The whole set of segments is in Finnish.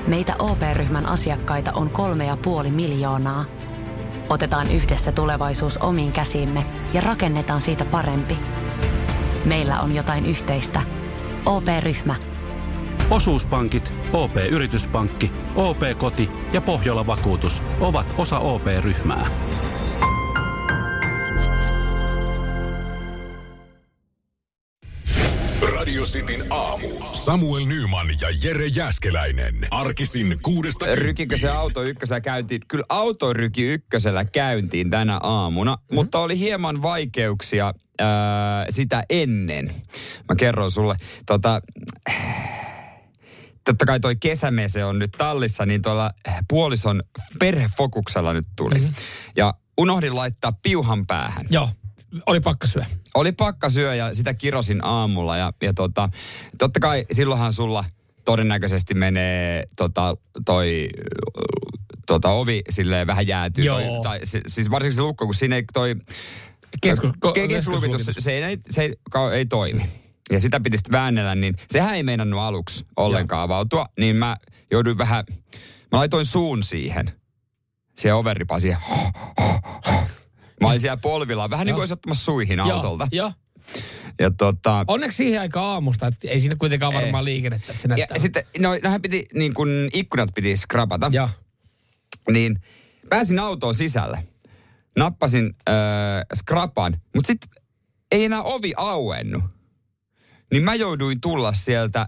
Meitä OP-ryhmän asiakkaita on 3,5 miljoonaa. Otetaan yhdessä tulevaisuus omiin käsiimme ja rakennetaan siitä parempi. Meillä on jotain yhteistä. OP-ryhmä. Osuuspankit, OP-yrityspankki, OP-koti ja Pohjola-vakuutus ovat osa OP-ryhmää. Radio Cityn aamu. Samuel Nyman ja Jere Jääskeläinen. Arkisin 6-10. Rykikö se auto ykkösellä käyntiin? Kyllä autoryki ykkösellä käyntiin tänä aamuna, mutta oli hieman vaikeuksia sitä ennen. Mä kerron sulle, totta kai toi kesämese on nyt tallissa, niin tuolla puolison perhefokuksella nyt tuli. Mm-hmm. Ja unohdin laittaa piuhan päähän. Joo. Oli pakkasyö. Oli pakkasyö ja sitä kirosin aamulla ja totta kai silloinhan sulla todennäköisesti menee ovi silleen vähän jäätyy. Siis varsinkin se lukko, kun siinä ei toi keskusluvitus, se ei toimi. Ja sitä piti sitten väännellä, niin sehän ei meinannut aluksi ollenkaan avautua. Niin mä jouduin mä laitoin suun siihen overripaan siihen. Mä olin siellä polvilla, vähän niin kuin olisi ottamassa suihin autolta. Joo. Ja onneksi siihen aikaan aamusta, että ei siinä kuitenkaan varmaan liikennettä, että se näyttää. Ja sitten, nähän piti, niin kuin ikkunat piti skrapata. Joo. Niin pääsin autoon sisälle. Nappasin skrapan, mutta sitten ei enää ovi auennut. Niin mä jouduin tulla sieltä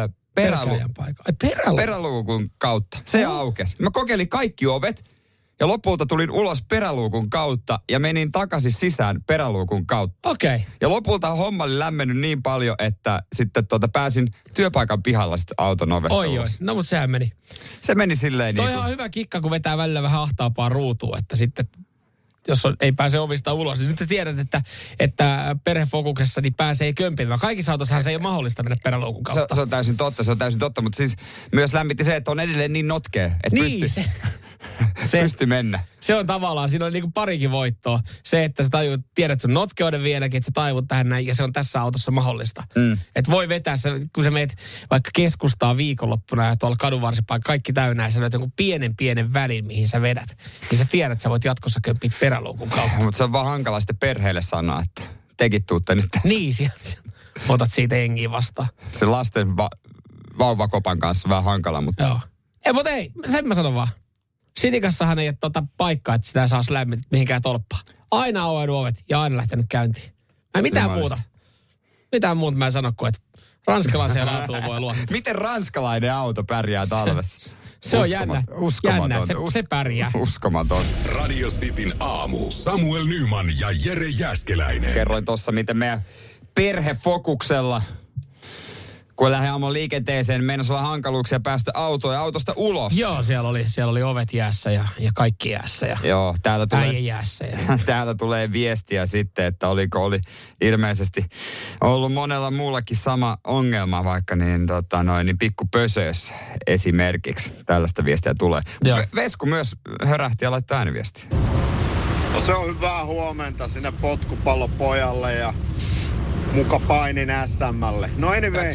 peräluukun kautta. Se aukesi. Mä kokeilin kaikki ovet. Ja lopulta tulin ulos peräluukun kautta ja menin takaisin sisään peräluukun kautta. Okei. Okay. Ja lopulta homma oli lämmennyt niin paljon, että sitten pääsin työpaikan pihalla sitten auton ovesta ulos. No mutta sehän meni. Se meni silleen Toi on hyvä kikka, kun vetää välillä vähän ahtaampaa ruutua, että sitten jos ei pääse ovista ulos. Siis nyt sä tiedät, että perhefokuksessa niin pääsee kömpimään. Kaikissa autossahan se ei ole mahdollista mennä peräluukun kautta. Se on täysin totta, mutta siis myös lämmitti se, että on edelleen niin notkea, että niin, pystyy mennä. Se on tavallaan, siinä on niin kuin parikin voittoa. Se, että sä tiedät sun notkeuden vieläkin, että sä taivut tähän näin, ja se on tässä autossa mahdollista. Että voi vetää se, kun sä meet vaikka keskustaa viikonloppuna ja tuolla kadunvarsipaikka kaikki täynnä, ja sä löydät jonkun pienen välin, mihin sä vedät. Niin sä tiedät, että sä voit jatkossa kömpiä peräluukun kautta. Mutta se on vaan hankala sitten perheelle sanoa, että tekin tuutte nyt. Niin, otat siitä hengiä vastaan. Se lasten vauvakopan kanssa vähän hankala, mutta... Joo. Mutta ei, sen mä sanon vaan. Sitikassahan ei ole paikkaa, että sitä saisi lämmin mihinkään tolppaan. Aina auennut ovet ja aina lähtenyt käyntiin. Mitään muuta mä en sano kuin, että ranskalaisia laatuun voi luottaa. Miten ranskalainen auto pärjää talvessa? Se on jännä. Se pärjää. Uskomaton. Radio Cityn aamu. Samuel Nyman ja Jere Jääskeläinen. Kerroin tuossa, miten meidän perhefokuksella, kun lähdin aamun liikenteeseen, meinasi olla hankaluuksia päästä autosta ulos. Joo, siellä oli ovet jäässä ja kaikki jäässä ja joo, äijä jäässä. Täällä tulee viestiä sitten, että oli ilmeisesti ollut monella muullakin sama ongelma, vaikka niin pikkupösöössä esimerkiksi. Tällaista viestiä tulee. Vesku myös hörähti ja laittoi ääniviestiä. No se on hyvää huomenta sinne potkupallopojalle ja muka painin SM:lle. No anyway,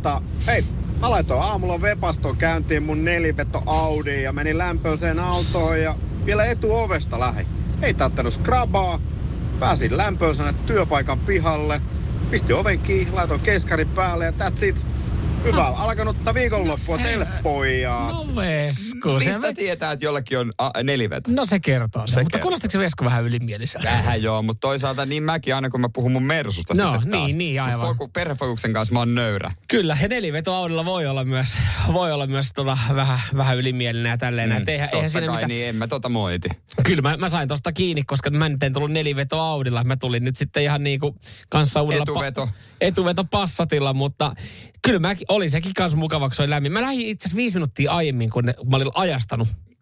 mä laitoin aamulla Vepaston käyntiin mun 4-veto Audi ja menin lämpöiseen autoon ja vielä etuovesta lähdin. Ei tarttanut skrabaa, pääsin lämpöisenä työpaikan pihalle, pistin oven kiinni, laitoin keskarin päälle ja that's it. Hyvä, alkanutta viikonloppua teille pojat. No Vesku. Mistä tietää, että jollakin on 4-veto? No se kertoo sen. Mutta kuulostaako se Vesku vähän ylimieliseltä? Vähän joo, mutta toisaalta niin mäkin aina kun mä puhun mun Mersusta sitten taas. Niin aivan. Perhefokuksen kanssa mä oon nöyrä. Kyllä, ja 4-veto Audilla voi olla myös vähän ylimielinen ja tälleen. Totta kai, niin en mä moiti. Kyllä, mä sain tosta kiinni, koska mä nyt en tullut 4-veto Audilla. Mä tulin nyt sitten ihan niinku kanssa uudella etuveto Passatilla, mutta kyllä oli sekin kanssa mukava, kun se oli lämmin. Mä lähdin itse asiassa 5 minuuttia aiemmin, kun mä olin ajastanut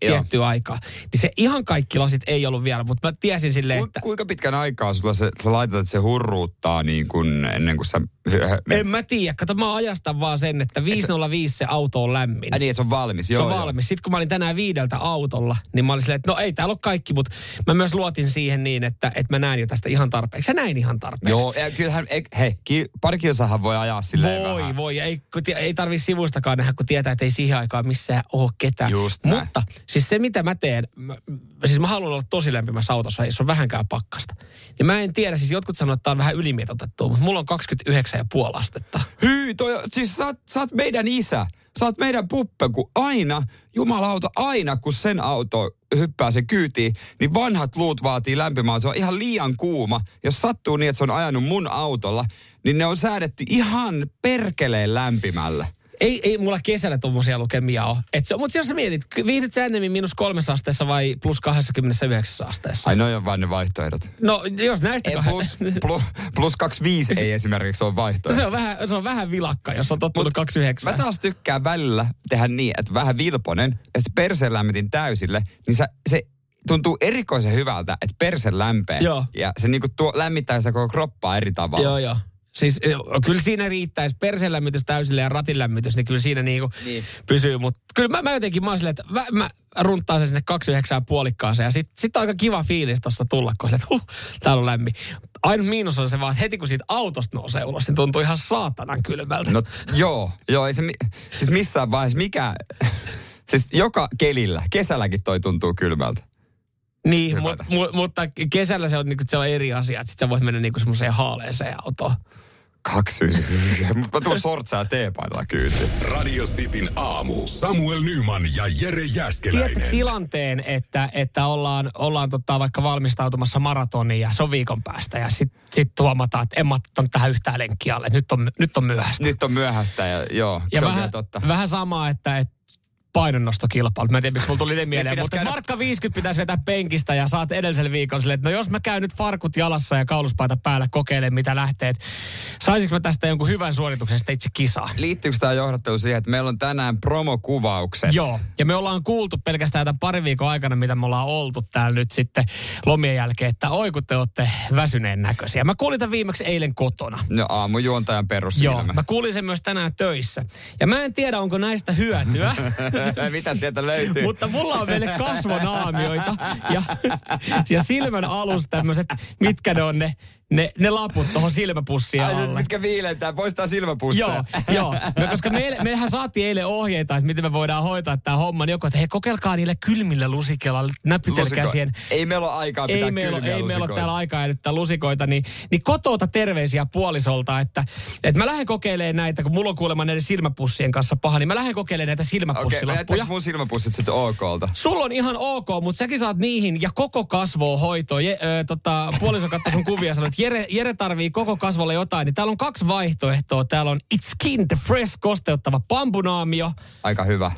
tiettyä aikaa. Niin se ihan kaikki lasit ei ollut vielä, mutta mä tiesin silleen, että... Kuinka pitkän aikaa sulla sä laitat, että se hurruuttaa niin kuin ennen kuin sä... En mä tiedä. Kato, mä ajastan vaan sen, että 5:05 se auto on lämmin. Niin, että se on valmis. Se on valmis. Sitten kun mä olin tänään 5 autolla, niin mä olin silleen, että no ei täällä ole kaikki, mutta mä myös luotin siihen että mä näen jo tästä ihan tarpeeksi. Sä näin ihan tarpeeksi. Joo, ja kyllähän, pari kilsahan voi ajaa silleen vähän. Voi. Ei tarvii sivustakaan nähdä, kun tietää, että ei siihen aikaan missään ole ketään. Just näin. Mutta siis se, mitä mä teen, mä haluan olla tosi lämpimässä autossa, jos on vähänkään pakkasta. Ja mä en tiedä, siis jotkut sanoo, että tää on vähän ylimitoitettua, mutta mulla on 29,5 astetta. Hyi, siis sä oot meidän isä. Sä oot meidän puppe, kun aina, jumalauta, aina kun sen auto hyppää se kyytiin, niin vanhat luut vaatii lämpimää. Se on ihan liian kuuma. Jos sattuu niin, että se on ajanut mun autolla, niin ne on säädetty ihan perkeleen lämpimälle. Ei mulla kesällä tommosia lukemia ole. Mutta jos sä mietit, viihdyt sä ennemmin -3 asteessa vai +29 asteessa? Ai noi on vaan ne vaihtoehdot. No jos näistä plus 25 ei esimerkiksi ole vaihtoehto. Se on vähän vilakka, jos on tottunut 29. Mä taas tykkään välillä tehdä niin, että vähän vilponen, ja sitten perseen lämmitin täysille, niin se tuntuu erikoisen hyvältä, että perse lämpee. Joo. Ja se niinku lämmittää sitä koko kroppaa eri tavalla. Joo. Siis kyllä siinä riittäisi perseen lämmitys täysille ja ratin lämmitys, niin kyllä siinä niin. Pysyy. Mutta kyllä mä jotenkin, mä oon silleen, että mä runttaan sen sinne 29 puolikkaaseen ja sit on aika kiva fiilis tossa tulla, kun silleen, että täällä on lämmin. Ainut miinus on se vaan, että heti kun siitä autosta nousee ulos, niin tuntuu ihan saatanan kylmältä. No joo, ei se, siis missään vaiheessa siis joka kelillä, kesälläkin toi tuntuu kylmältä. Niin, mutta kesällä se on, niin se on eri asia, että sit sä voit mennä niin semmoiseen haaleeseen autoon. 29. Mä tuun sortsaa ja teepaidalla kyytiin. Radio Cityn aamu. Samuel Nyman ja Jere Jääskeläinen. Tiedätkö tilanteen, että ollaan vaikka valmistautumassa maratoniin ja se on viikon päästä ja sit huomataan, että en mä ottanut tähän yhtään lenkkiä alle. Nyt on myöhäistä. Nyt on myöhäistä ja joo, ja se on vielä totta. Vähän sama, että painonnostokilpailu. Mä en tiedä, miksi mulla tuli mieleen, mutta markka 50 pitäisi vetää penkistä ja saat edellisellä viikolla silleen, että no jos mä käyn nyt farkut jalassa ja kauluspaita päällä kokeilemaan, mitä lähtee, saisinko mä tästä jonkun hyvän suorituksen sitten itse kisaa? Liittyykö tämä johdattelu siihen, että meillä on tänään promokuvaukset? Joo, ja me ollaan kuultu pelkästään tämän parin viikon aikana, mitä me ollaan oltu täällä nyt sitten lomien jälkeen, että oi kun te olette väsyneen näköisiä. Mä kuulin tämän viimeksi eilen kotona. No aamujuontajan perusilmä. Joo, mä kuulin sen myös tänään töissä. Ja mä en tiedä, onko näistä hyötyä. Mitä sieltä löytyy? Mutta mulla on meille kasvonaamioita ja silmän alussa tämmöiset, mitkä ne on ne laput tuohon silmäpussiin alle. Mitkä viilentää, poistaa silmäpusseja. Joo. No, koska mehän saatiin eilen ohjeita, että miten me voidaan hoitaa tämä homma. Niin joku, että hei, kokeilkaa niille kylmillä lusikeilla, näpytelkää siihen. Ei meillä ole aikaa pitää kylmiä lusikoita. Ei meillä ole täällä aikaa edetää lusikoita. Niin kotoota terveisiä puolisolta, että mä lähden kokeilemaan näitä, kun mulla on kuulemma näiden silmäpussien kanssa paha, niin mä lähden kokeilemaan näitä silmäpussilappuja. Okei, mun silmäpussit sitten okolta? Sulla on ihan ok, mutta säkin saat niihin ja koko kasvoa hoitoon. Puoliso katsoi sun kuvia ja sanoi, että Jere tarvii koko kasvolle jotain, niin täällä on 2 vaihtoehtoa. Täällä on It's Skin the Fresh kosteuttava bambunaamio. Aika hyvä.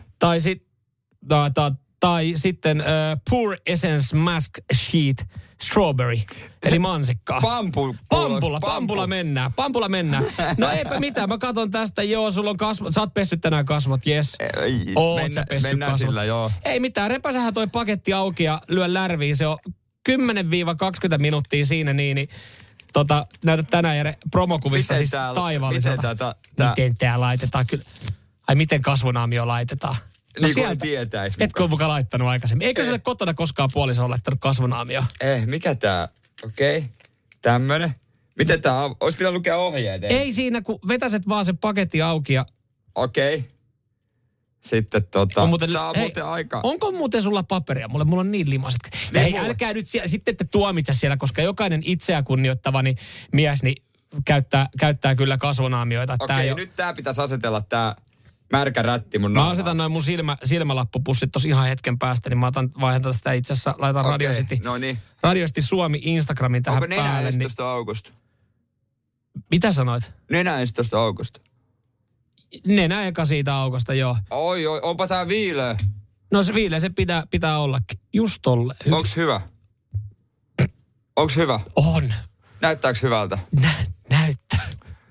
Tai sitten Pure Essence Mask Sheet Strawberry, eli mansikkaa. Pampulla mennään. No eipä mitään, mä katson tästä, joo, sulla on kasvot, sä oot pessyt tänään kasvot, jes. Mennään sillä, joo. Ei mitään, repäsähän toi paketti auki ja lyö lärviin, se on 10-20 minuuttia siinä, niin näytät tänään Jere promokuvissa siis taivaalliselta. Miten tää laitetaan? Kyllä. Ai miten kasvonaamio laitetaan? No niin kuin tietäis. Etkö ole mukaan laittanut aikaisemmin? Eikö sille kotona koskaan puoliso ole laittanut kasvonaamio? Mikä tää? Okei. Tämmönen. Miten tää on? Ois pitänyt lukea ohjeet. Ei siinä, kun vetäset vaan sen paketti auki ja... Okei. Sitten tää on muuten aika... Onko muuten sulla paperia? Mulla on niin limaset. Hei, älkää nyt sitten ette tuomitse siellä, koska jokainen itseä kunnioittavani mies niin käyttää kyllä kasvonaamioita. Okei, nyt tää pitäisi asetella tää märkä rätti mun naamaan. Mä asetan noin mun silmälappupussit tossa ihan hetken päästä, niin mä vaihdan sitä itse asiassa, laitan Radio City Suomi Instagramin tähän päälle. Onko nenä tuosta aukosta? Mitä sanoit? Nenä tuosta aukosta. Nenä eka siitä aukosta, joo. Oi, onpa tää viileä. No se viileä, se pitää ollakin. Just tolle. Onks hyvä? Onks hyvä? On. Näyttääks hyvältä? Näyttää.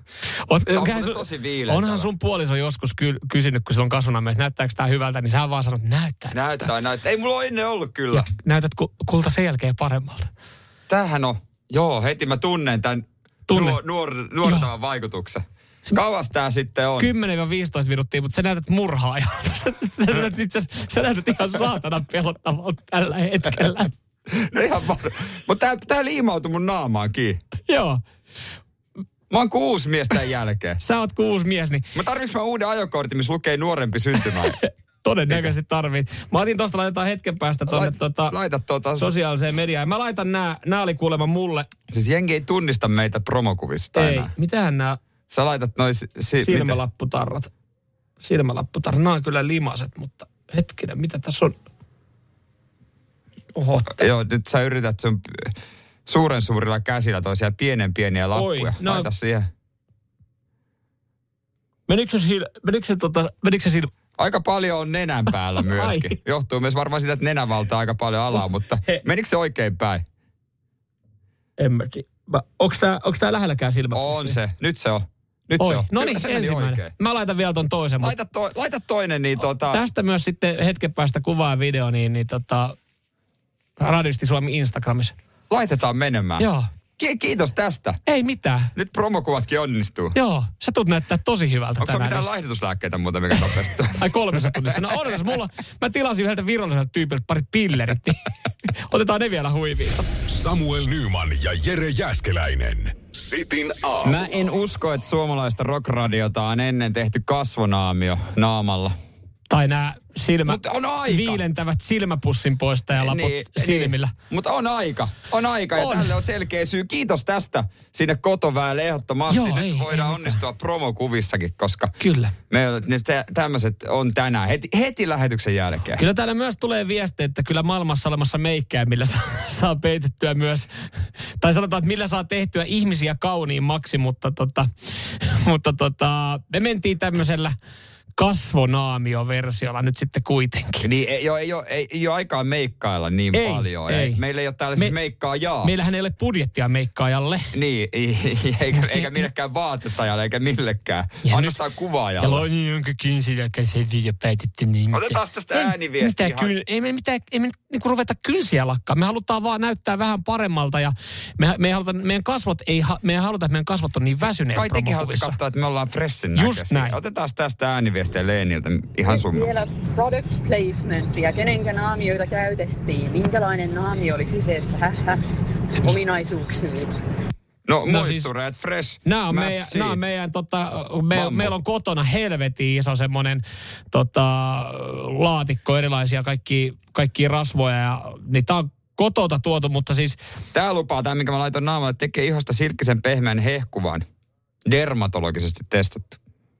Onko tosi viileä? Onhan sun puoliso joskus kysynyt, kun sillä on kasvonamia, että näyttääkö tää hyvältä, niin sä vaan sanot, näyttää. Näyttää. Ei mulla ole ennen ollut kyllä. Ja näytät kulta sen jälkeen paremmalta. Tämähän on. Joo, heti mä tunnen tämän nuortavan vaikutuksen. Kauas tää sitten on? 10-15 minuuttia, mutta sä näytät murhaajalta. Sä näytät ihan saatana pelottavalta tällä hetkellä. No ihan mutta tää liimautui mun naamaankin. Joo. Mä oon 6 mies tämän jälkeen. Sä oot 6 mies, niin... Tarviks mä uuden ajokortin, missä lukee nuorempi syntymä? Todennäköisesti tarvit. Mä otin tosta, laitetaan hetken päästä tonne sosiaaliseen mediaan. Mä laitan nää oli kuulemma mulle. Siis jengi ei tunnista meitä promokuvista ei, enää. mitähän nää... Sä laitat silmälapputarrat. Nää on kyllä limaset, mutta hetkinen, mitä tässä on? Oho. Joo, nyt sä yrität sun suurilla käsillä toisia pieniä lappuja. Laita siihen. Menikö se silmä? Aika paljon on nenän päällä myöskin. Johtuu myös varmaan siitä, että nenä valtaa aika paljon alaa, mutta menikö se oikein päin? En mäkin. Onko tää lähelläkään silmä? On se. Nyt se on. No niin, ensimmäinen. Mä laitan vielä ton toisen. Laita toinen, niin Tästä myös sitten hetken päästä kuvaa ja video, niin Radiosti Suomi Instagramissa. Laitetaan menemään. Joo. Kiitos tästä. Ei mitään. Nyt promokuvatkin onnistuu. Joo, sä tulet näyttää tosi hyvältä. Onko se mitään laihdutuslääkkeitä muuta, mikä nopeasti? Ai 3 sekunnissa. No odotas, mä tilasin yhdeltä viralliselta tyypiltä parit pillerit. Otetaan ne vielä huiviin. Samuel Nyman ja Jere Jääskeläinen. Sitin aamu. Mä en usko, että suomalaista rockradiota on ennen tehty kasvonaamio naamalla. Tai nämä viilentävät silmäpussin poistajalaput silmillä. Mutta on aika. Ja tälle on selkeä syy. Kiitos tästä sinne kotoväelle ehdottomasti. Joo, nyt voidaan onnistua promokuvissakin, koska kyllä. Tämmöiset on tänään heti lähetyksen jälkeen. Kyllä täällä myös tulee viesti, että kyllä maailmassa olemassa meikkejä, millä saa peitettyä myös, tai sanotaan, että millä saa tehtyä ihmisiä kauniimmaksi, mutta me mentiin tämmöisellä kasvonaamio-versiolla nyt sitten kuitenkin. Niin ei ole aikaa meikkailla niin paljon. Ei. Meillä ei ole täällä meikkaajaa. Meillähän ei ole budjettia meikkaajalle. Niin, eikä millekään vaatettajalle, eikä millekään. Ainoastaan kuvaajalle. Ja on jonka kynsilläkään se video päätetty niin. Otetaan tästä ääniviestiä. Ei me niinku ruveta kynsiä lakkaa. Me halutaan vaan näyttää vähän paremmalta ja me ei haluta, että meidän kasvot on niin väsyneet kai tekin haluatte katsoa, että me ollaan freshin näköisiä. Just näin. Otetaan tästä ääniviestiä Leeniltä ihan summa. Vielä product placementia, kenenkä naamioita käytettiin, minkälainen naamio oli kyseessä, ominaisuuksia. No moistureet, fresh. Nämä on meidän meillä on kotona helvetin iso semmoinen laatikko, erilaisia kaikkia rasvoja ja niitä on kotota tuotu, mutta siis... Tää lupaa, minkä mä laitoin naamalle, tekee ihosta silkkisen pehmeän hehkuvan. Dermatologisesti testattu.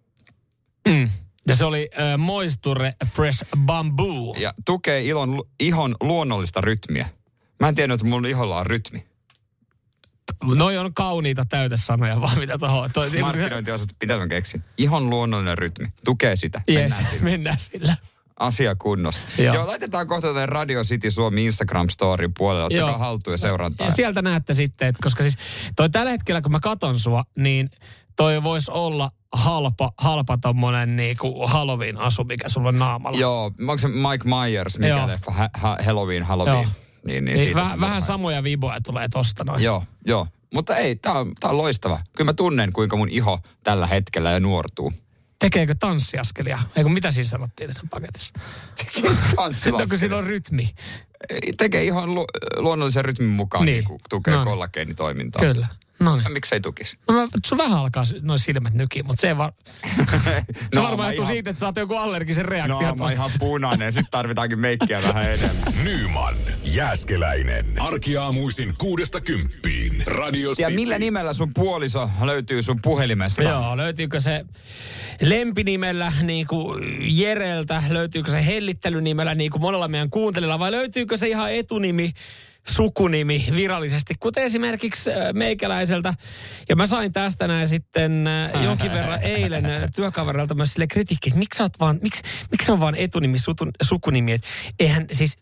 Ja se oli Moisture Fresh Bamboo. Ja tukee ihon luonnollista rytmiä. Mä en tiennyt, että mun iholla on rytmi. Noi on kauniita täytesanoja vaan mitä tohon. Markkinointiosasta pitäisi keksin. Ihon luonnollinen rytmi. Tukee sitä. Mennään sillä. Asia kunnossa. Joo, laitetaan kohta tänne Radio City Suomi Instagram-story puolella. Ottakaa haltuun ja seurantaa. Ja sieltä näette sitten, että koska siis tällä hetkellä kun mä katon sua, niin toi voisi olla halpa tommonen niinku Halloween-asu, mikä sulla on naamalla. Joo, onko se Mike Myers, mikä leffa? Halloween. Niin vähän samoja viboja tulee tosta noin. Joo. Mutta ei, tää on loistava. Kyllä mä tunnen, kuinka mun iho tällä hetkellä jo nuortuu. Tekeekö tanssiaskelia? Eikö mitä siinä sanottiin tässä paketissa? Tanssilaskelia. No kun siinä on rytmi. Tekee ihan luonnollisen rytmin mukaan, niin kun tukee kollageenitoimintaa. Kyllä. No niin. Miksei tukisi? No sun vähän alkaa noin silmät nykiin, mutta se ei vaan... se varmaan johtuu siitä, että saat joku allergisen reaktion. No, mä ihan punainen. Sitten tarvitaankin meikkiä vähän enemmän. Nyman, Jääskeläinen. Arkiaamuisin 6–10. Radio City. Ja millä nimellä sun puoliso löytyy sun puhelimesta? Joo, löytyykö se lempinimellä niin kuin Jereltä? Löytyykö se hellittelynimellä niin kuin monella meidän kuuntelijalla? Vai löytyykö se ihan etunimi, sukunimi virallisesti, kuten esimerkiksi meikäläiseltä. Ja mä sain tästä näin sitten jonkin verran eilen työkaverilta myös sille kritiikki, että miksi on vaan etunimi, sukunimi. Että eihän siis,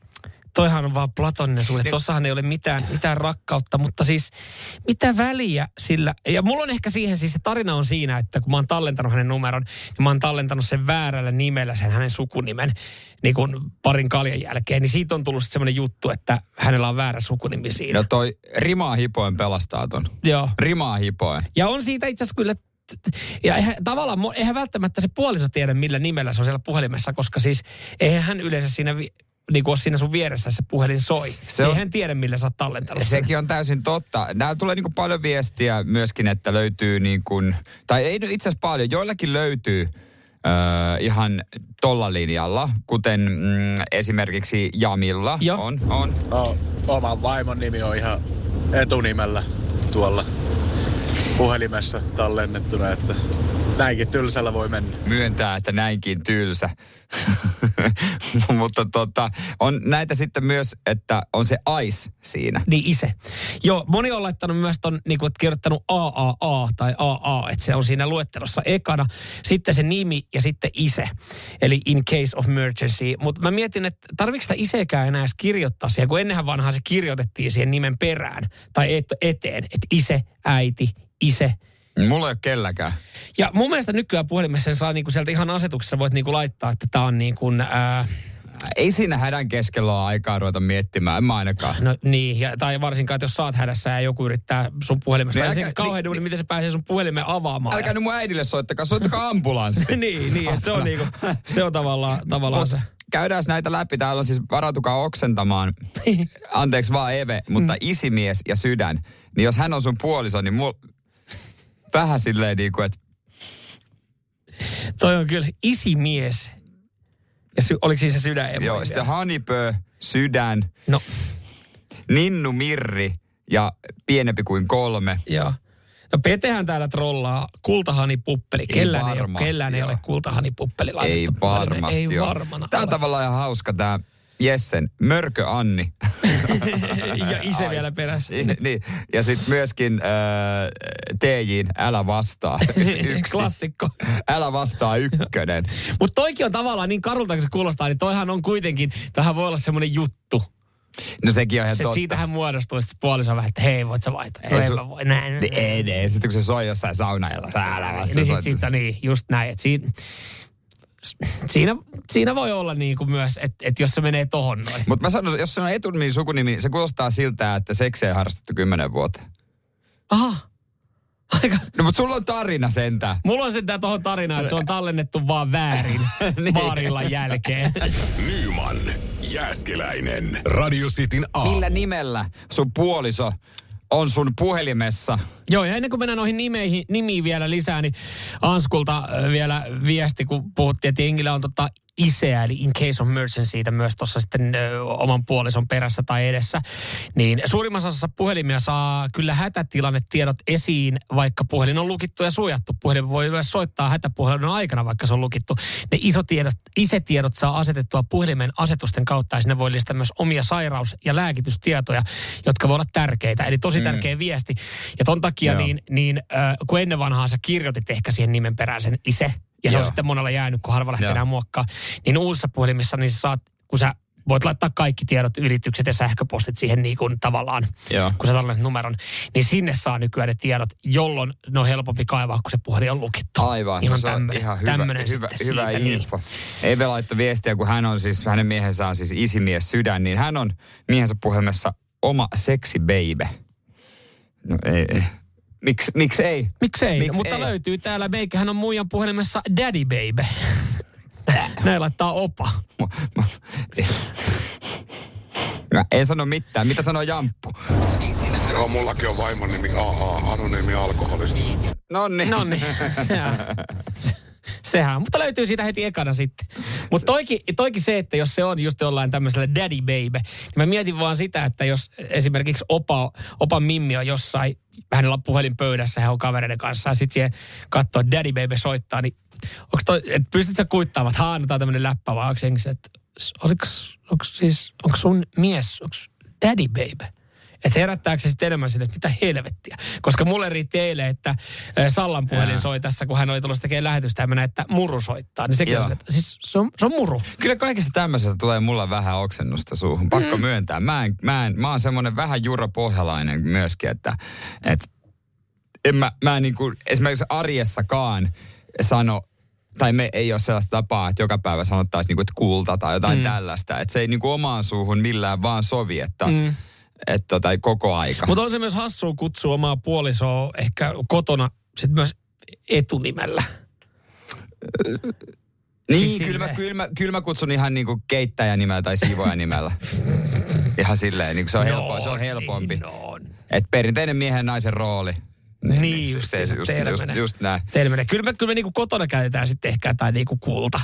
toihan on vaan platoninen suhde. Tossahan ei ole mitään rakkautta, mutta siis mitä väliä sillä... Ja mulla on ehkä siihen siis se tarina on siinä, että kun mä oon tallentanut hänen numeron, niin mä oon tallentanut sen väärällä nimellä sen hänen sukunimen niin kuin parin kaljan jälkeen. Niin siitä on tullut semmoinen juttu, että hänellä on väärä sukunimi siinä. No toi rimaa hipoen pelastaa ton. Joo. Rimaa hipoen. Ja on siitä itse asiassa kyllä... Ja eihän välttämättä se puoliso tiedä, millä nimellä se on siellä puhelimessa, koska siis eihän hän yleensä siinä... Niin kuin siinä sun vieressä se puhelin soi. Ei hän tiedä, millä sä oot tallentanut. Sekin on täysin totta. Nämä tulee niin kuin paljon viestiä myöskin, että löytyy niin kuin, tai ei itse asiassa paljon, joillakin löytyy ihan tolla linjalla, kuten esimerkiksi Jamilla on. No, oman vaimon nimi on ihan etunimellä tuolla puhelimessa tallennettuna, että näinkin tylsällä voi mennä. Myöntää, että näinkin tylsä. Mutta on näitä sitten myös, että on se AIS siinä. Niin ise. Joo, moni on laittanut myös ton, niin kuin kirjoittanut AAA tai AA, että se on siinä luettelossa ekana. Sitten se nimi ja sitten ise, eli in case of emergency. Mutta mä mietin, että tarviiko sitä isekään enää edes kirjoittaa siihen, kun ennenhän vanhaan se kirjoitettiin siihen nimen perään tai eteen, että ise, äiti, ise. Mulla ei ole kelläkään. Ja mun mielestä nykyään puhelimessa sen saa niinku sieltä ihan asetuksessa voit niinku laittaa, että tää on niin kuin... Ei siinä hädän keskellä ole aikaa ruveta miettimään, en mä ainakaan. No niin, tai varsinkaan, että jos sä oot hädässä ja joku yrittää sun puhelimesta. Ja se kauhean duuni, miten se pääsee sun puhelimeen avaamaan. Älkää nyt mun äidille soittakaa ambulanssi. niin, että se on niinku, se on tavallaan se. Käydään näitä läpi. Täällä on siis varautukaa oksentamaan. Anteeksi vaan Eve, mutta isimies ja sydän. Niin jos hän on sun puoliso, niin vähän silleen niin kuin, että... Toi on kyllä isimies. Ja oliko siis se sydän? Joo, sitten Hanipö, sydän, no. Ninnu Mirri ja pienempi kuin 3. Joo. No Petehän täällä trollaa kultahanipuppeli. Kellään ei ole kultahanipuppeli laitettu. Ei varmasti ei varmana Tämä on tavallaan ihan hauska tämä Jessen, Mörkö Anni. ja ise vielä perässä. Niin. Ja sitten myöskin TJ:n Älä vastaa. Klassikko. Älä vastaa 1. Mutta toikin on tavallaan niin karulta, kun se kuulostaa, niin toihan on kuitenkin, tähän voi olla semmoinen juttu. No sekin on ihan totta. Siitähän muodostuu, että puoliso vähän, että hei, voit sä vaihtaa? Ei mä voi, näin. Ei. Sitten kun se soi jossain saunajalla, sä älä vastaa. Niin sitten niin, just näin. Että siinä voi olla niin kuin myös, että jos se menee tohon noin. Mutta mä sanon, jos se on etunimi, sukunimi, se kuulostaa siltä, että seksiä ei harrastettu 10 vuoteen. Aha. Aika. No mutta sulla on tarina sentään. Mulla on sentään tohon tarinaan, että se on tallennettu vaan väärin vaarillan jälkeen. Nyman, Jääskeläinen, Radio Cityn aamu. Millä nimellä sun puoliso on sun puhelimessa? Joo, ja ennen kuin mennään noihin nimiin vielä lisää, niin Anskulta vielä viesti, kun puhuttiin, että jengillä on iseä, eli in case of emergency, myös tuossa sitten oman puolison perässä tai edessä. Niin suurimmassa osassa puhelimia saa kyllä hätätilannetiedot esiin, vaikka puhelin on lukittu ja suojattu. Puhelin voi myös soittaa hätäpuhelun aikana, vaikka se on lukittu. Ne ISE-tiedot saa asetettua puhelimen asetusten kautta, ja sinne voi lisätä myös omia sairaus- ja lääkitystietoja, jotka voi olla tärkeitä. Eli tosi tärkeä viesti. Ja ton takia kun ennen vanhaa sä kirjoitit ehkä siihen nimen perään sen ISE, ja se on sitten monella jäänyt, kun harva lähtee enää muokkaa. Niin uusissa puhelimissa, niin kun sä voit laittaa kaikki tiedot, yritykset ja sähköpostit siihen niin kuin tavallaan, kun sä tallennet numeron, niin sinne saa nykyään ne tiedot, jolloin ne on helpompi kaivaa, kun se puhelin on lukittu. Aivan, ihan se on ihan hyvä info. Niin. Eve laittoi viestiä, kun hän on siis, hänen miehensä on siis isimies sydän, niin hän on miehensä puhelimessa oma seksi baby. No ei. Miksi ei? Miksei? Mutta löytyy täällä, meikähän on muijan puhelimessa Daddy Baby. Näin laittaa opa. En sano mitään. Mitä sanoo Jamppu? Joo, mullakin on vaimon nimi AA, anonyymi alkoholisti. Nonni. Sehän, mutta löytyy siitä heti ekana sitten. Mutta toikin se, että jos se on just jollain tämmöisellä daddy baby, niin mä mietin vaan sitä, että jos esimerkiksi opan mimmi on jossain, hänellä on puhelin pöydässä, hän on kavereiden kanssa, ja sitten siihen katsoo, daddy baby soittaa, niin pystytkö sä kuittaamaan, että annetaan tämmöinen läppä, vai onko se, että onko sun mies, onko daddy baby? Että herättääkö se sitten enemmän sinne, että mitä helvettiä. Koska mulle riitti eilen, että Sallan puhelin soi tässä, kun hän oli tulossa tekemään lähetystä ja mä näin, että muru soittaa. Niin sekin on, että siis se on muru. Kyllä kaikesta tämmöisestä tulee mulla vähän oksennusta suuhun. Pakko myöntää. Mä oon semmoinen vähän juropohjalainen myöskin, että mä niin kuin esimerkiksi arjessakaan sano, tai me ei ole sellaista tapaa, että joka päivä sanottaisiin niinku, että kulta tai jotain tällaista. Että se ei niinku omaan suuhun millään vaan sovi, että koko aika. Mutta on se myös hassua kutsua omaa puolisoa ehkä kotona sitten myös etunimellä. Niin, siis kyllä mä kutsun ihan niinku keittäjänimellä tai siivoajanimellä. Ihan silleen, niin se on helpompi. Että perinteinen miehen ja naisen rooli. Niin, just näin. Kyllä me niinku kotona käytetään sitten ehkä jotain niinku kulta.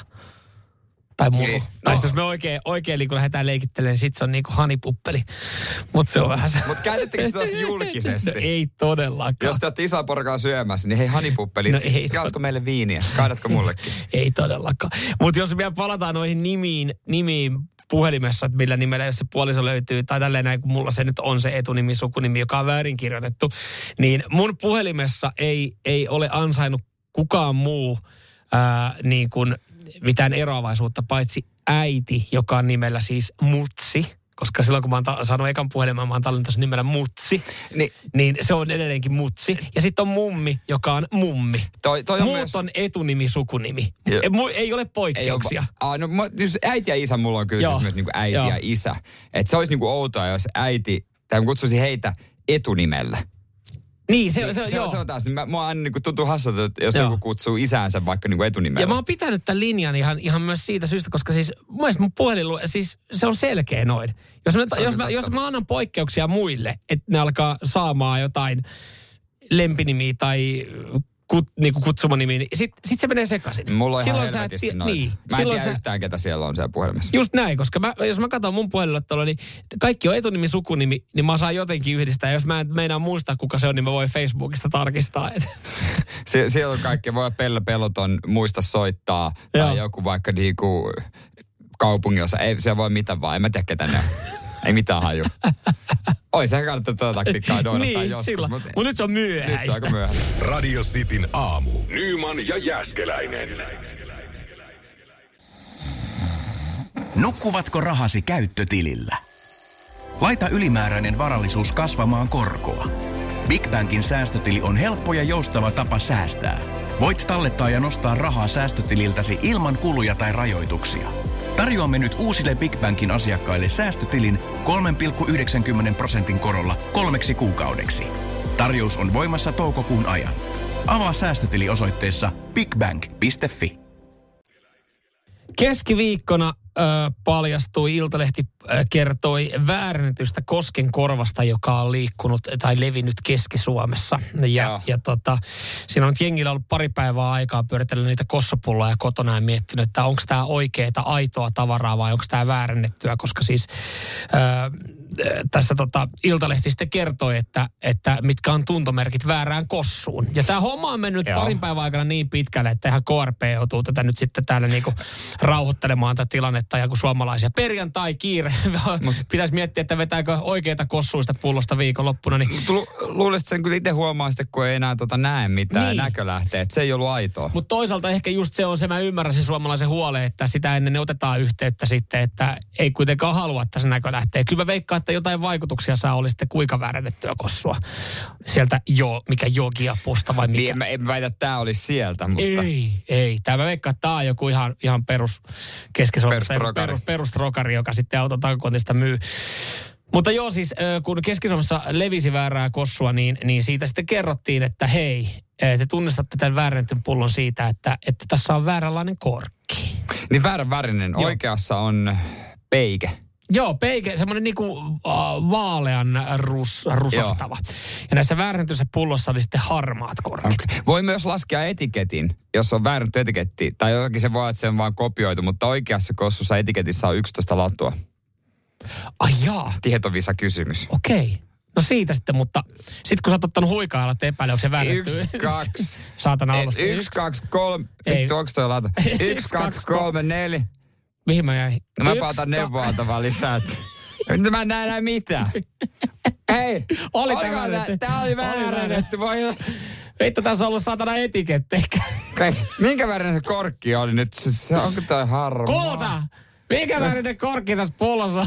Tai muru. Niin. Tai sitten jos me oikein niin kun lähdetään leikittelemään, niin sitten se on niinku hanipuppeli. Mutta se on vähän se. Mutta käytettekö sitä tuosta julkisesti? No ei todellakaan. Jos te olette isoa porukkaa syömässä, niin hei hanipuppeli, jaatko meille viiniä? Kaadatko mullekin? Ei todellakaan. Mutta jos vielä palataan noihin nimiin puhelimessa, että millä nimellä, jos se puoliso löytyy, tai tälleen näin, kun mulla se nyt on se etunimi, sukunimi, joka on väärinkirjoitettu, niin mun puhelimessa ei ole ansainnut kukaan muu niin kuin mitään eroavaisuutta, paitsi äiti, joka on nimellä siis Mutsi, koska silloin kun mä oon saanut ekan puhelimen, mä oon tallentanut sen nimellä Mutsi, niin se on edelleenkin Mutsi. Ja sitten on mummi, joka on mummi. Muut on etunimi, sukunimi. Ei ole poikkeuksia. Äiti ja isä mulla on kyllä siis myös niinku äiti ja isä. Että se olisi niinku outoa, jos äiti, tai kutsuisi heitä etunimellä. Niin, se on taas. Mua aina niinku tuntuu hassulta, jos joku kutsuu isäänsä vaikka niinku etunimellä. Ja mä oon pitänyt tämän linjan ihan myös siitä syystä, koska siis mun mielestä mun puhelin, siis se on selkeä noin. Jos mä annan poikkeuksia muille, että ne alkaa saamaan jotain lempinimiä tai niinku kutsumanimiä, niin sit se menee sekaisin. Mulla on ihan helvetisti noin. Niin, mä en tiedä yhtään, ketä siellä on siellä puhelimessa. Just näin, koska jos mä katson mun puhelinluetteloa, niin kaikki on etunimi, sukunimi, niin mä saan jotenkin yhdistää. Jos mä en meinaa muistaa, kuka se on, niin mä voin Facebookista tarkistaa. Siellä on kaikki. Voi Pelle Peloton muista soittaa. Tai joku vaikka niinku kaupunginossa. Ei se voi mitään vaan. En mä tiedä, ketä ne on. Ei mitään haju. Oi, sehän kannattaa tuota taktiikkaa noudattaa niin, joskus. Mutta nyt se on myöhäistä. Nyt se on aika myöhäistä. Radio Cityn aamu. Nyman ja Jääskeläinen. Nukkuvatko rahasi käyttötilillä? Laita ylimääräinen varallisuus kasvamaan korkoa. Big Bankin säästötili on helppo ja joustava tapa säästää. Voit tallettaa ja nostaa rahaa säästötililtäsi ilman kuluja tai rajoituksia. Tarjoamme nyt uusille Big Bankin asiakkaille säästötilin 3,90% korolla 3 kuukaudeksi. Tarjous on voimassa toukokuun ajan. Avaa säästötili osoitteessa bigbank.fi. Keskiviikkona paljastui, Iltalehti kertoi väärennetystä koskenkorvasta, joka on liikkunut tai levinnyt Keski-Suomessa. Ja siinä on jengillä ollut pari päivää aikaa pyöritellä niitä kossapulloja kotona ja miettinyt, että onko tämä oikeaa aitoa tavaraa vai onko tämä väärennettyä, koska siis tässä Iltalehti sitten kertoi, että mitkä on tuntomerkit väärään kossuun. Ja tämä homma on mennyt parin päivän aikana niin pitkälle, että ihan KRP joutuu tätä nyt sitten täällä niinku rauhoittelemaan tätä tilannetta ja kun suomalaisia perjantai kiire. Pitäisi miettiä, että vetääkö oikeita kossuista pullosta viikonloppuna. Niin. Luulisit sen kyllä itse huomaa sitten, kun ei enää näe mitään näkölähteet. Se ei ollut aitoa. Mutta toisaalta ehkä just se on se, mä ymmärrän sen suomalaisen huolen, että sitä ennen ne otetaan yhteyttä sitten, että ei kuitenkaan halua, että se näkölähtee. Kyllä mä veikkaan, että jotain vaikutuksia saa oli sitten kuinka väärennettyä kossua. Sieltä mikä Jogia-pusta vai mikä. Niin, en väitä, että tämä olisi sieltä, mutta... Ei. Tämä mä veikkaan, että tämä on joku ihan perus Keski-Suomesta. Perustrokari, joka sitten auton takakontista myy. Mutta siis kun Keski-Suomessa levisi väärää kossua, niin siitä sitten kerrottiin, että hei, te tunnistatte tämän väärennetyn pullon siitä, että tässä on vääränlainen korkki. Niin väärän värinen. Oikeassa on peike. Joo, peike, semmoinen niinku vaalean rusahtava. Ja näissä väärennetyissä pullossa oli sitten harmaat korkit. Okay. Voi myös laskea etiketin, jos on väärennetty etiketti. Tai jotakin se voi, että se on vaan kopioitu, mutta oikeassa kossussa etiketissä on 11 latua. Ai jaa. Tietovisa kysymys. Okei. No siitä sitten, mutta sitten kun sä oot ottanut huikailla, että epäile, onko se väännetty? 1, 2. Saatana alusta. 1, 2, 3. Vittu, onko toi lata? 1, 2, 3, 4. Mihin mä jäin? No mä pautan neuvoantavaa lisää. Nyt mä en näe enää mitään. Ei. Tää oli väärennetty. Vittu, tässä on ollut saatana etiketteikä. Minkä värinen korkki oli nyt? Onko toi harmaa? Kulta! Minkä värinen korkki tässä pullossa?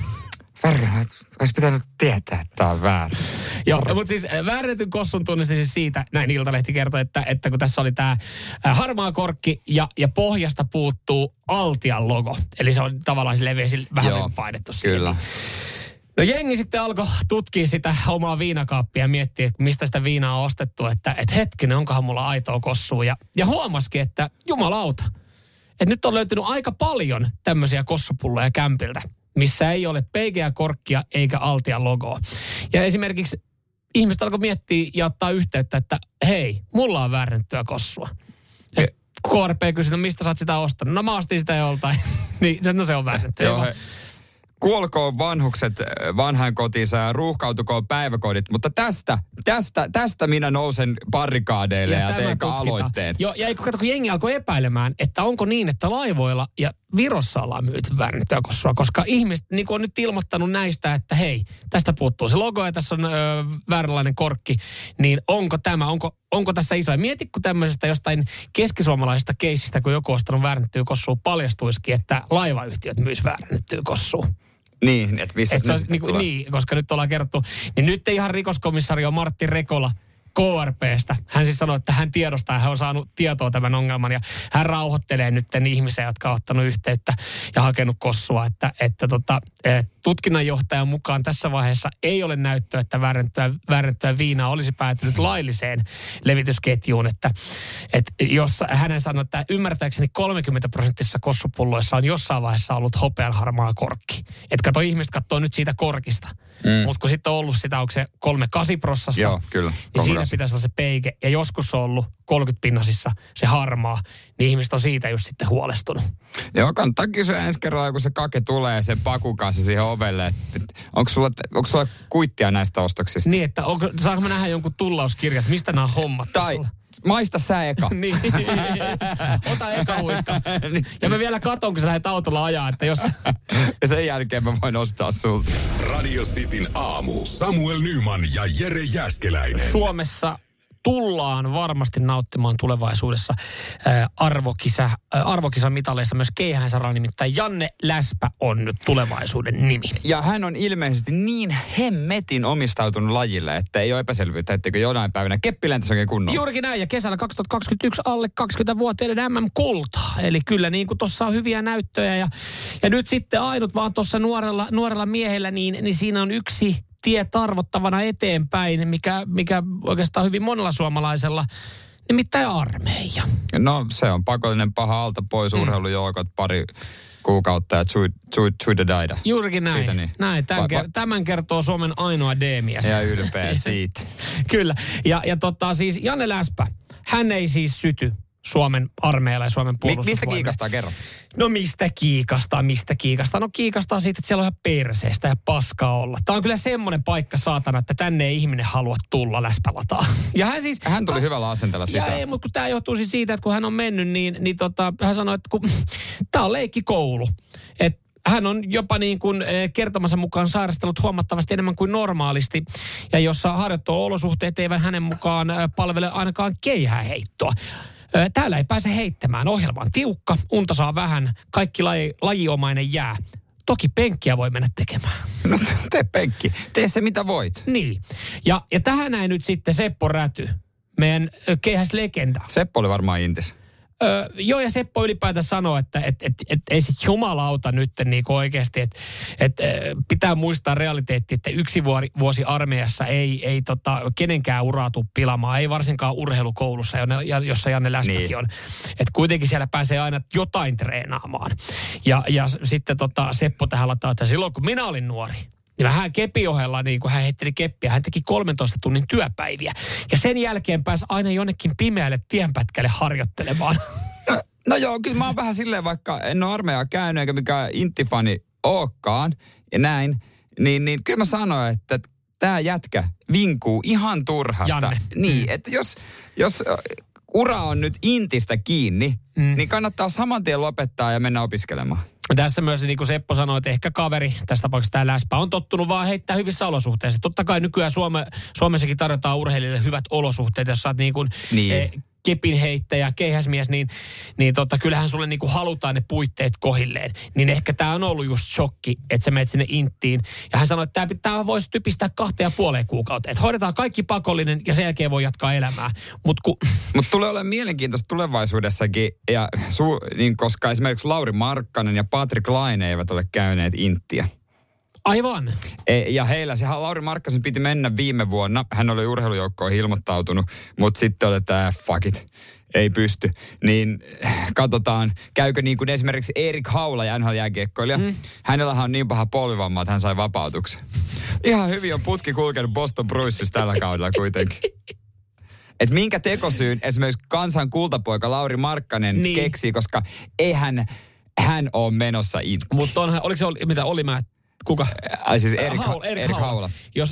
Olisi pitänyt tietää, että tää on väärä. Joo, mutta siis väärennetyn kossun tunnistin siis siitä, näin Iltalehti kertoi, että kun tässä oli tää harmaa korkki ja pohjasta puuttuu Altian logo. Eli se on tavallaan leveästi vähän painettu. Kyllä. No jengi sitten alkoi tutkia sitä omaa viinakaappia ja miettiä, mistä sitä viinaa on ostettu, että hetkinen, onkohan mulla aitoa kossua. Ja huomasikin, että jumalauta, että nyt on löytynyt aika paljon tämmöisiä kossupulloja kämpiltä, missä ei ole peikeä korkkia eikä Altian logoa. Ja esimerkiksi ihmiset alkoi miettiä ja ottaa yhteyttä, että hei, mulla on väärennettyä kossua. Ja KRP kysyi, no mistä sä oot sitä ostanut? No mä ostin sitä joltain. Niin, no se on väärennetty. Kuolkoon vanhukset vanhainkotiinsa ja ruuhkautukoon päiväkodit, mutta tästä minä nousen barrikaadeille ja teen aloitteen. Joo, ja kun jengi alkoi epäilemään, että onko niin, että laivoilla ja Virossa ollaan myyty väärennettyä kossua, koska ihmiset niin on nyt ilmoittanut näistä, että hei, tästä puuttuu se logo ja tässä on vääränlainen korkki, niin onko tässä iso? Ja mieti, kun tämmöisestä jostain keskisuomalaisesta keissistä, kun joku on ostanut väärennettyä kossua, paljastuisikin, että laivayhtiöt myys väärennettyä kossua. Niin, että mistä se tulee? Niin, koska nyt ollaan kerrottu. Niin nyt ihan rikoskomissario Martti Rekola KRP:stä. Hän siis sanoi, että hän tiedostaa, hän on saanut tietoa tämän ongelman ja hän rauhoittelee nyt ihmisiä, jotka on ottanut yhteyttä ja hakenut kossua, että tutkinnanjohtajan mukaan tässä vaiheessa ei ole näyttöä, että väärennettyä viinaa olisi päätynyt lailliseen levitysketjuun, että jos hänen sanoi, että ymmärtääkseni 30% kossupulloissa on jossain vaiheessa ollut hopeanharmaa korkki. Että kato, ihmiset katsoo nyt siitä korkista. Mutta kun sitten on ollut sitä, onko se 3,8%? Joo, kyllä. Niin siinä pitäisi olla se peike. Ja joskus on ollut 30-pinnasissa se harmaa, niin ihmiset on siitä just sitten huolestunut. Joo, kannattaa kysyä ensi kerralla, kun se kake tulee sen pakun kanssa siihen ovelle. Onko sulla kuittia näistä ostoksista? Niin, että saanko mä nähdä jonkun tullauskirjat, mistä nämä on hommattu tai sulla? Maista sä eka. Niin. Ota eka huikka. Ja mä vielä katon, kun sä lähdet autolla ajaa, että jos... Ja sen jälkeen mä voin ostaa sulta. Radio Cityn aamu. Samuel Nyman ja Jere Jääskeläinen. Suomessa tullaan varmasti nauttimaan tulevaisuudessa arvokisamitaleissa myös keihäänsaralla, nimittäin Janne Läspä on nyt tulevaisuuden nimi. Ja hän on ilmeisesti niin hemmetin omistautunut lajille, että ei ole epäselvyyttä, etteikö jonain päivänä keppi lentäisi oikein kunnolla. Juurikin näin, ja kesällä 2021 alle 20-vuotiaiden MM-kultaa. Eli kyllä niin kuin tuossa on hyviä näyttöjä, ja nyt sitten ainut vaan tuossa nuorella miehellä, niin siinä on yksi tie tarvottavana eteenpäin, mikä oikeastaan hyvin monella suomalaisella, nimittäin armeija. No se on pakollinen paha alta pois, urheilujoukot pari kuukautta ja tsuida daida. Juurikin näin. Siitä, niin. Näin. Tämän kertoo Suomen ainoa D-mies. Ja ylpeä siitä. Kyllä. Ja siis Janne Läspä, hän ei siis syty Suomen armeijalla ja Suomen puolustusvoimilla. Mistä kiikastaa, kerro? No mistä kiikastaa? No kiikastaa siitä, että siellä on ihan perseestä ja paskaa olla. Tämä on kyllä semmoinen paikka, saatana, että tänne ei ihminen halua tulla läspälataan. Ja hän tuli hyvällä asenteella sisään. Ei, mutta kun tämä johtuu siis siitä, että kun hän on mennyt, niin hän sanoi, että tämä on leikkikoulu. Että hän on jopa niin kuin kertomansa mukaan sairastellut huomattavasti enemmän kuin normaalisti, ja jossa harjoitteluolosuhteet eivät hänen mukaan palvele ainakaan keihääheittoa. Täällä ei pääse heittämään. Ohjelma on tiukka, unta saa vähän, kaikki lajiomainen jää. Toki penkkiä voi mennä tekemään. No tee penkki. Tee se mitä voit. Niin. Ja tähän näin nyt sitten Seppo Räty, meidän keihäslegenda. Seppo oli varmaan intis. Joo, ja Seppo ylipäätään sanoo, että ei sit jumalauta nyt niin oikeasti, että pitää muistaa realiteetti, että yksi vuosi armeijassa ei kenenkään uraa tule pilaamaan, ei varsinkaan urheilukoulussa, jossa Janne Läspäkin on. Että kuitenkin siellä pääsee aina jotain treenaamaan. Ja sitten Seppo tähän lataa, että silloin kun minä olin nuori, niin vähän kepiohella, niin kun hän heitteli keppiä, hän teki 13 tunnin työpäiviä. Ja sen jälkeen pääsi aina jonnekin pimeälle tienpätkälle harjoittelemaan. No joo, kyllä mä oon vähän silleen, vaikka en ole armeijaa käynyt eikä mikään intifani ookaan ja näin, niin kyllä mä sanoin, että tää jätkä vinkuu ihan turhasta. Janne. Niin, että jos ura on nyt intistä kiinni, niin kannattaa saman tien lopettaa ja mennä opiskelemaan. Tässä myös niin kuin Seppo sanoi, että ehkä kaveri, tässä tapauksessa tämä läspä, on tottunut vaan heittää hyvissä olosuhteissa. Totta kai nykyään Suomessakin tarjotaan urheilijoille hyvät olosuhteet, jos sä oot niin kuin kepinheittäjä, keihäsmies, niin kyllähän sulle niin kuin halutaan ne puitteet kohilleen. Niin ehkä tämä on ollut just shokki, että sä menet sinne inttiin. Ja hän sanoi, että tämä voisi typistää 2,5 kuukautta. Että hoidetaan kaikki pakollinen ja sen jälkeen voi jatkaa elämää. Mutta tulee olemaan mielenkiintoista tulevaisuudessakin, ja koska esimerkiksi Lauri Markkanen ja Patrick Laine eivät ole käyneet inttiä. Aivan. Ja heillä, Lauri Markkasen piti mennä viime vuonna. Hän oli urheilujoukkoon ilmoittautunut, mutta sitten oli tämä fuck it, ei pysty. Niin katsotaan, käykö niin kuin esimerkiksi Erik Haula ja NHL-jääkiekkoilija. Hänellähän on niin paha polvivamma, että hän sai vapautuksen. Ihan hyvin on putki kulkenut Boston Bruinsissa tällä kaudella kuitenkin. Että minkä tekosyyn esimerkiksi kansan kultapoika Lauri Markkanen keksii, koska eihän hän ole menossa inttiin. Mutta oliko se, mitä oli mä? Kuka? Siis Erik Haula.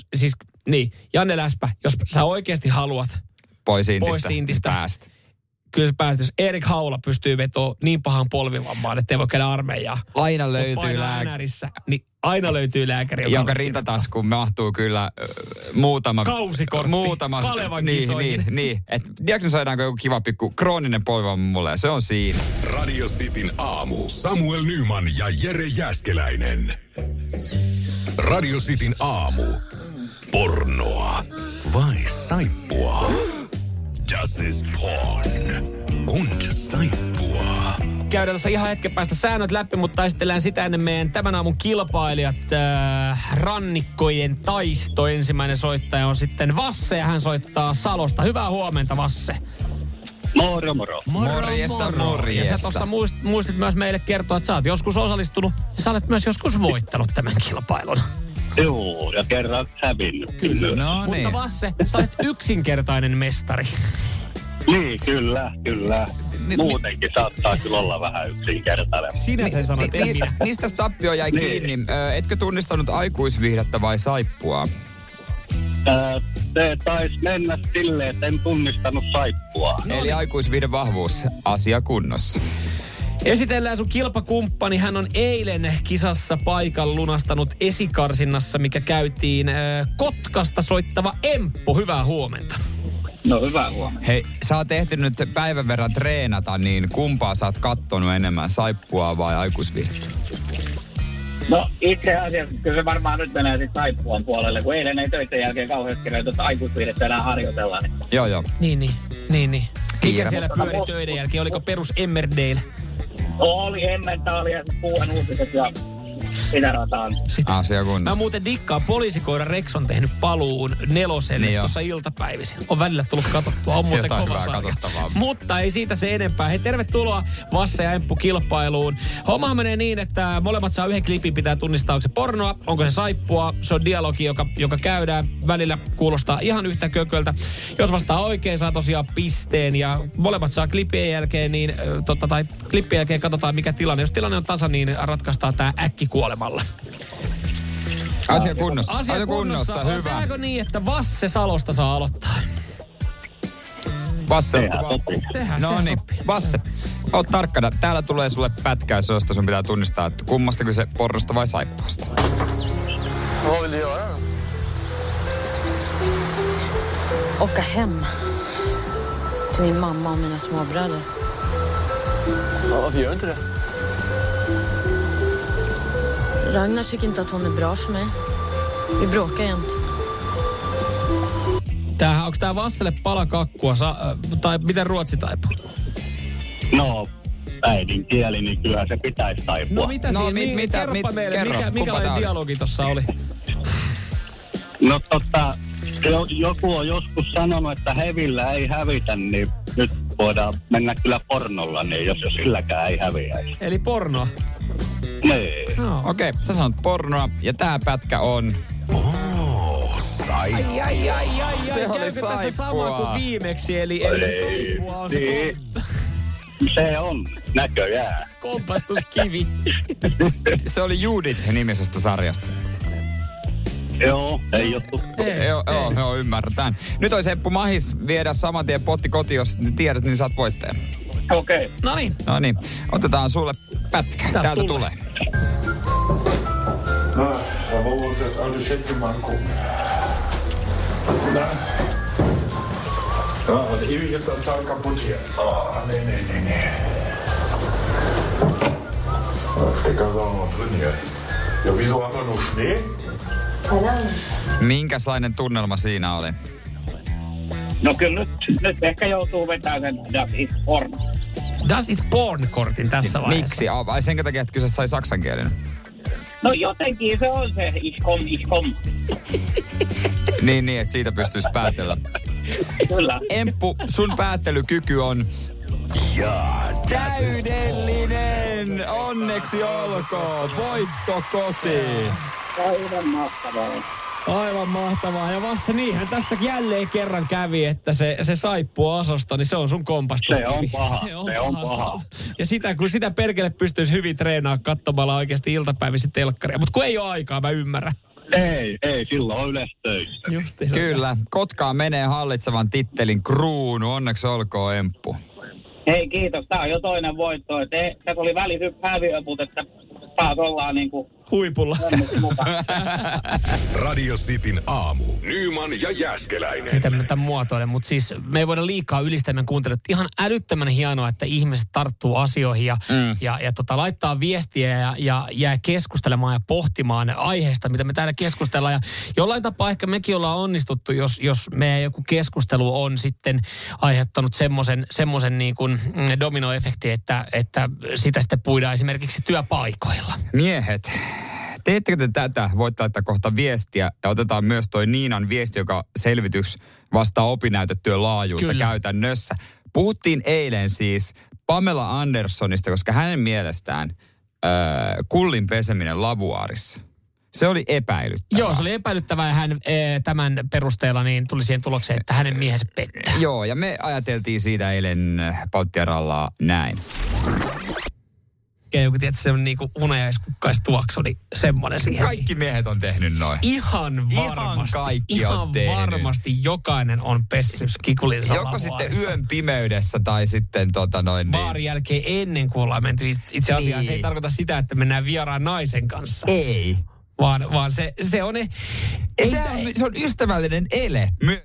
Janne Läspä, jos sä oikeasti haluat pois intistä päästä. Kyllä se päästä, jos Erik Haula pystyy vetoa niin pahan polvivammaan, ettei voi käydä armeijaa. Aina löytyy niin aina löytyy lääkäri. Jonka rintataskuun mahtuu kyllä muutama kausikortti. Kalevan kisoihin. Niin. Että diagnosoidaanko joku kiva pikku krooninen polvivamma mulle, se on siinä. Radio Cityn aamu. Samuel Nyman ja Jere Jääskeläinen. Radio Cityn aamu. Pornoa vai saippua? Das ist porn und saippua. Käydään tuossa ihan hetken päästä säännöt läpi, mutta taistellään sitä ennen meidän tämän aamun kilpailijat. Rannikkojen taisto. Ensimmäinen soittaja on sitten Vasse ja hän soittaa Salosta. Hyvää huomenta, Vasse. Moro. Morjesta. Ja sä tuossa muistit myös meille kertoa, että sä oot joskus osallistunut ja sä olet myös joskus voittanut tämän kilpailun. Joo, ja kerran hävinnyt. Kyllä. No, mutta niin. Vasse, sä olet yksinkertainen mestari. Niin, kyllä. Muutenkin saattaa kyllä olla vähän yksinkertainen. Sinä sen sanoit, en minä. Mistä tappio jäi kiinni? Etkö tunnistanut aikuisviihdettä vai saippua? Se taisi mennä silleen, että en tunnistanut saippua. Eli aikuisviihden vahvuus, asia kunnossa. Esitellään sun kilpakumppani. Hän on eilen kisassa paikan lunastanut esikarsinnassa, mikä käytiin Kotkasta soittava Emppu. Hyvää huomenta. No hyvää huomenta. Hei, sä oot ehtinyt päivän verran treenata, niin kumpaa sä oot kattonut enemmän, saippua vai aikuisviihdettä? No itse asiassa kyllä se varmaan nyt menee sitten saippuan puolelle, kun eilen ei töiden jälkeen kauheasti kerran aikuisviihdettä enää harjoitella. Niin. Joo. Niin. Mikä siellä pyöri töiden jälkeen? Oliko perus Emmerdale? Oli Emmerdale ja Puuhan uutiset ja itärataan. Asia kunnossa. Mä muuten dikkaan, poliisikoira Rex on tehnyt paluun 4 niin tuossa iltapäivisin. On välillä tullut katsottua, on muuten kova sarja. Mutta ei siitä se enempää. Hei, tervetuloa Vasse ja Emppu kilpailuun. Homma menee niin, että molemmat saa yhden klipin, pitää tunnistaa, onko se pornoa, onko se saippua. Se on dialogi, joka käydään. Välillä kuulostaa ihan yhtä kököltä. Jos vastaa oikein, saa tosiaan pisteen ja molemmat saa klippien jälkeen, niin klippien jälkeen katsotaan mikä tilanne. Jos tilanne on tasa, niin ratkaistaan tää äkkikuolema. Asia kunnossa, hyvä. Tehdäänkö niin, että Vasse Salosta saa aloittaa? Vasse, no niin, Vasse, oot tarkkana. Täällä tulee sulle pätkäys, josta sun pitää tunnistaa, että kummasta kyse, pornosta vai saippuasta. Vad vill du göra? Åka hem. Till min mamma och mina småbröder. Varför gör du inte det? Ragnar tycker inte att hon är bra för mig. Vi bråkar jämt. Onko tää Vasselle palakakkua? Tai miten ruotsi taipuu? No, äidinkieli, niin kyllä se pitäisi taipua. No mitä siinä? Kerropa meille, mikälainen dialogi tossa oli? No joku on joskus sanonut, että hevillä ei hävitä, niin nyt voidaan mennä kyllä pornolla, niin jos silläkään ei häviäisi. Eli pornoa? Nee. No. Okei, sä sanot pornoa ja tää pätkä on... Saippua. Ai. Se oli saippua. Tässä sama kuin viimeksi, eli se saippua on se... Se on näköjään. Kompastuskivi. Se oli Judith-nimisestä sarjasta. Joo, ei ole tuttu. Joo, ymmärretään. Nyt olisi Emppu mahis viedä saman tien potti kotiin, jos tiedät, niin saat voittaja. Okei. Noniin. Otetaan sulle pätkä. Täältä tulee. Da wollen wir uns das alte Schätzchen mal angucken. Na? Ja, und ewig ist das Teil kaputt hier. Oh, nee. Stecker ist auch noch drin hier. Ja, wieso hat er nur Schnee? Minkälainen tunnelma siinä oli? No kyllä nyt ehkä joutuu vetämään sen Das ist Porn. Das ist Porn-kortin tässä vaiheessa. Miksi? Vai senkä takia, että kyseessä sai saksankielinen? No jotenkin se on se ich komm. niin, että siitä pystyisi päätellä. Kyllä. Emppu, sun päättelykyky on... täydellinen! Onneksi olkoon! Voitto kotiin! Aivan mahtavaa. Ja vasta niinhän tässä jälleen kerran kävi, että se saippua asosta, niin se on sun kompastuskivi. Se on paha. Ja kun sitä perkele pystyisi hyvin treenaamaan katsomalla oikeasti iltapäivissä telkkaria. Mutta kun ei ole aikaa, mä ymmärrän. Ei, silloin on yleistöissä. Kyllä, Kotkaan menee hallitsevan tittelin kruunu. Onneksi olkoon, Emppu. Hei, kiitos. Tää on jo toinen voitto. Tässä oli häviöput, että taas ollaan niinku... huipulla. Radio Cityn aamu. Nyman ja Jääskeläinen. Mitä mä tämän muotoilen, mutta siis me ei voida liikaa ylistää meidän kuuntelijat. Ihan älyttömän hienoa, että ihmiset tarttuu asioihin ja laittaa viestiä ja jää keskustelemaan ja pohtimaan aiheesta, mitä me täällä keskustellaan. Ja jollain tapaa ehkä mekin ollaan onnistuttu, jos meidän joku keskustelu on sitten aiheuttanut semmoisen niin kuin dominoefekti, että sitä sitten puidaan esimerkiksi työpaikoilla. Miehet. Teettekö te tätä? Voitte laittaa kohta viestiä ja otetaan myös toi Niinan viesti, joka selvitys vastaa opinnäytetyön laajuutta Kyllä. käytännössä. Puhuttiin eilen siis Pamela Anderssonista, koska hänen mielestään kullin peseminen lavuaarissa, se oli epäilyttävää. Joo, se oli epäilyttävää ja hän tämän perusteella niin tuli siihen tulokseen, että hänen miehensä pettää. Joo, ja me ajateltiin siitä eilen Pauttiarallaa näin. Joku tietysti semmoinen niinku unajaiskukaistuoksu, niin semmoinen siihen. Kaikki miehet on tehnyt noin. Ihan kaikki on tehnyt. Ihan varmasti jokainen on pessyt skikulinsa joko sitten yön pimeydessä tai sitten baarin jälkeen ennen kuin ollaan menty. Itse asiassa se ei tarkoita sitä, että mennään vieraan naisen kanssa. Ei. Vaan se on... Se on ystävällinen ele.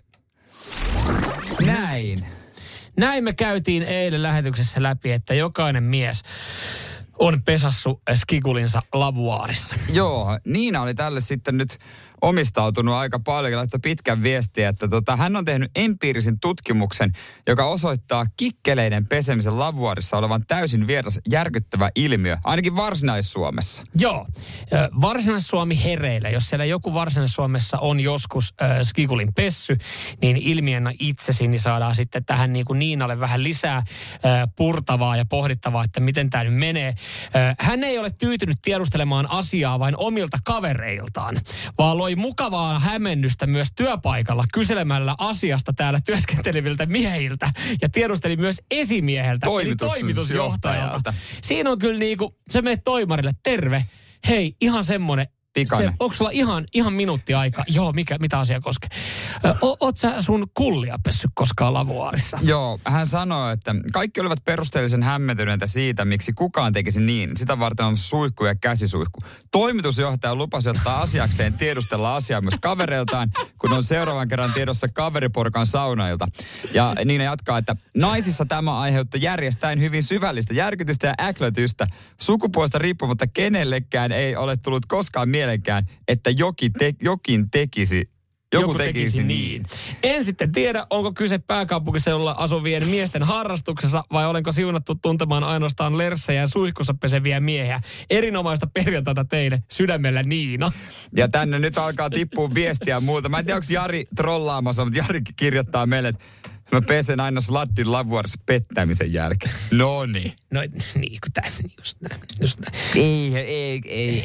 Näin me käytiin eilen lähetyksessä läpi, että jokainen mies on pesassu skikulinsa lavuaarissa. Joo, Niina oli tälle sitten nyt omistautunut aika paljon ja laittoi pitkän viestiä, että hän on tehnyt empiirisen tutkimuksen, joka osoittaa kikkeleiden pesemisen lavuaarissa olevan täysin vieras järkyttävä ilmiö, ainakin Varsinais-Suomessa. Joo, Varsinais-Suomi hereillä. Jos siellä joku Varsinais-Suomessa on joskus skikulin pessy, niin ilmiönä itsesi niin saadaan sitten tähän niin kuin Niinalle vähän lisää purtavaa ja pohdittavaa, että miten tämä nyt menee. Hän ei ole tyytynyt tiedustelemaan asiaa vain omilta kavereiltaan, vaan loi mukavaa hämmennystä myös työpaikalla kyselemällä asiasta täällä työskenteleviltä miehiltä ja tiedusteli myös esimieheltä, eli toimitusjohtajalta. Siinä on kyllä niinku, se menee toimarille, terve, hei, ihan semmoinen. Onko sulla ihan minuutti aikaa? Joo, mitä asia koskee? Oot sä sun kullia pessy koskaan lavuaarissa? Joo, hän sanoi, että kaikki olivat perusteellisen hämmentyneitä siitä, miksi kukaan tekisi niin. Sitä varten on suihku ja käsisuihku. Toimitusjohtaja lupasi ottaa asiakseen tiedustella asiaa myös kavereiltaan, kun on seuraavan kerran tiedossa kaveriporkan saunailta. Ja Niina jatkaa, että naisissa tämä aiheutti järjestäen hyvin syvällistä järkytystä ja äklötystä. Sukupuolesta riippumatta kenellekään ei ole tullut koskaan että jokin tekisi niin. En sitten tiedä, onko kyse pääkaupunkiseudulla asuvien miesten harrastuksessa vai olenko siunattu tuntemaan ainoastaan lerssejä ja suihkussa peseviä miehiä. Erinomaista perjantaita teille, sydämellä Niina. Ja tänne nyt alkaa tippua viestiä ja muuta. Mä en tiedä, onko Jari trollaamassa, mutta Jari kirjoittaa meille, että mä pesen aina sladdin lavuaarissa pettämisen jälkeen. Noniin. No niin, kun tää, just näin. Ei.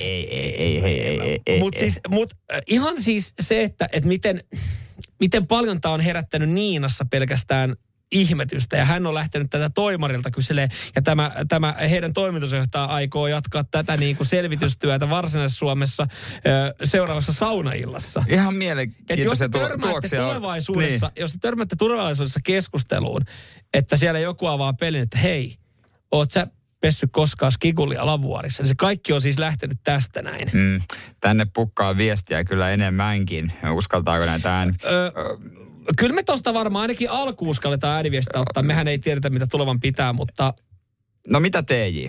Mut ihan siis se, että miten paljon tää on herättänyt Niinassa pelkästään ihmetystä. Ja hän on lähtenyt tätä toimarilta kyselee. Ja tämä heidän toimitusjohtaja aikoo jatkaa tätä niin kuin selvitystyötä Varsinais-Suomessa seuraavassa saunaillassa. Ihan mielenkiintoisia tuloksia. Jos te törmäätte tulevaisuudessa keskusteluun, että siellä joku avaa pelin, että hei, oot sä pessy koskaan skigulia lavuaarissa. Se kaikki on siis lähtenyt tästä näin. Tänne pukkaa viestiä kyllä enemmänkin. Uskaltaako näitä Kyllä me tosta varmaan ainakin alkuun uskalletaan ääniviestitä ottaa. Mehän ei tiedetä, mitä tulevan pitää, mutta... No mitä TJ?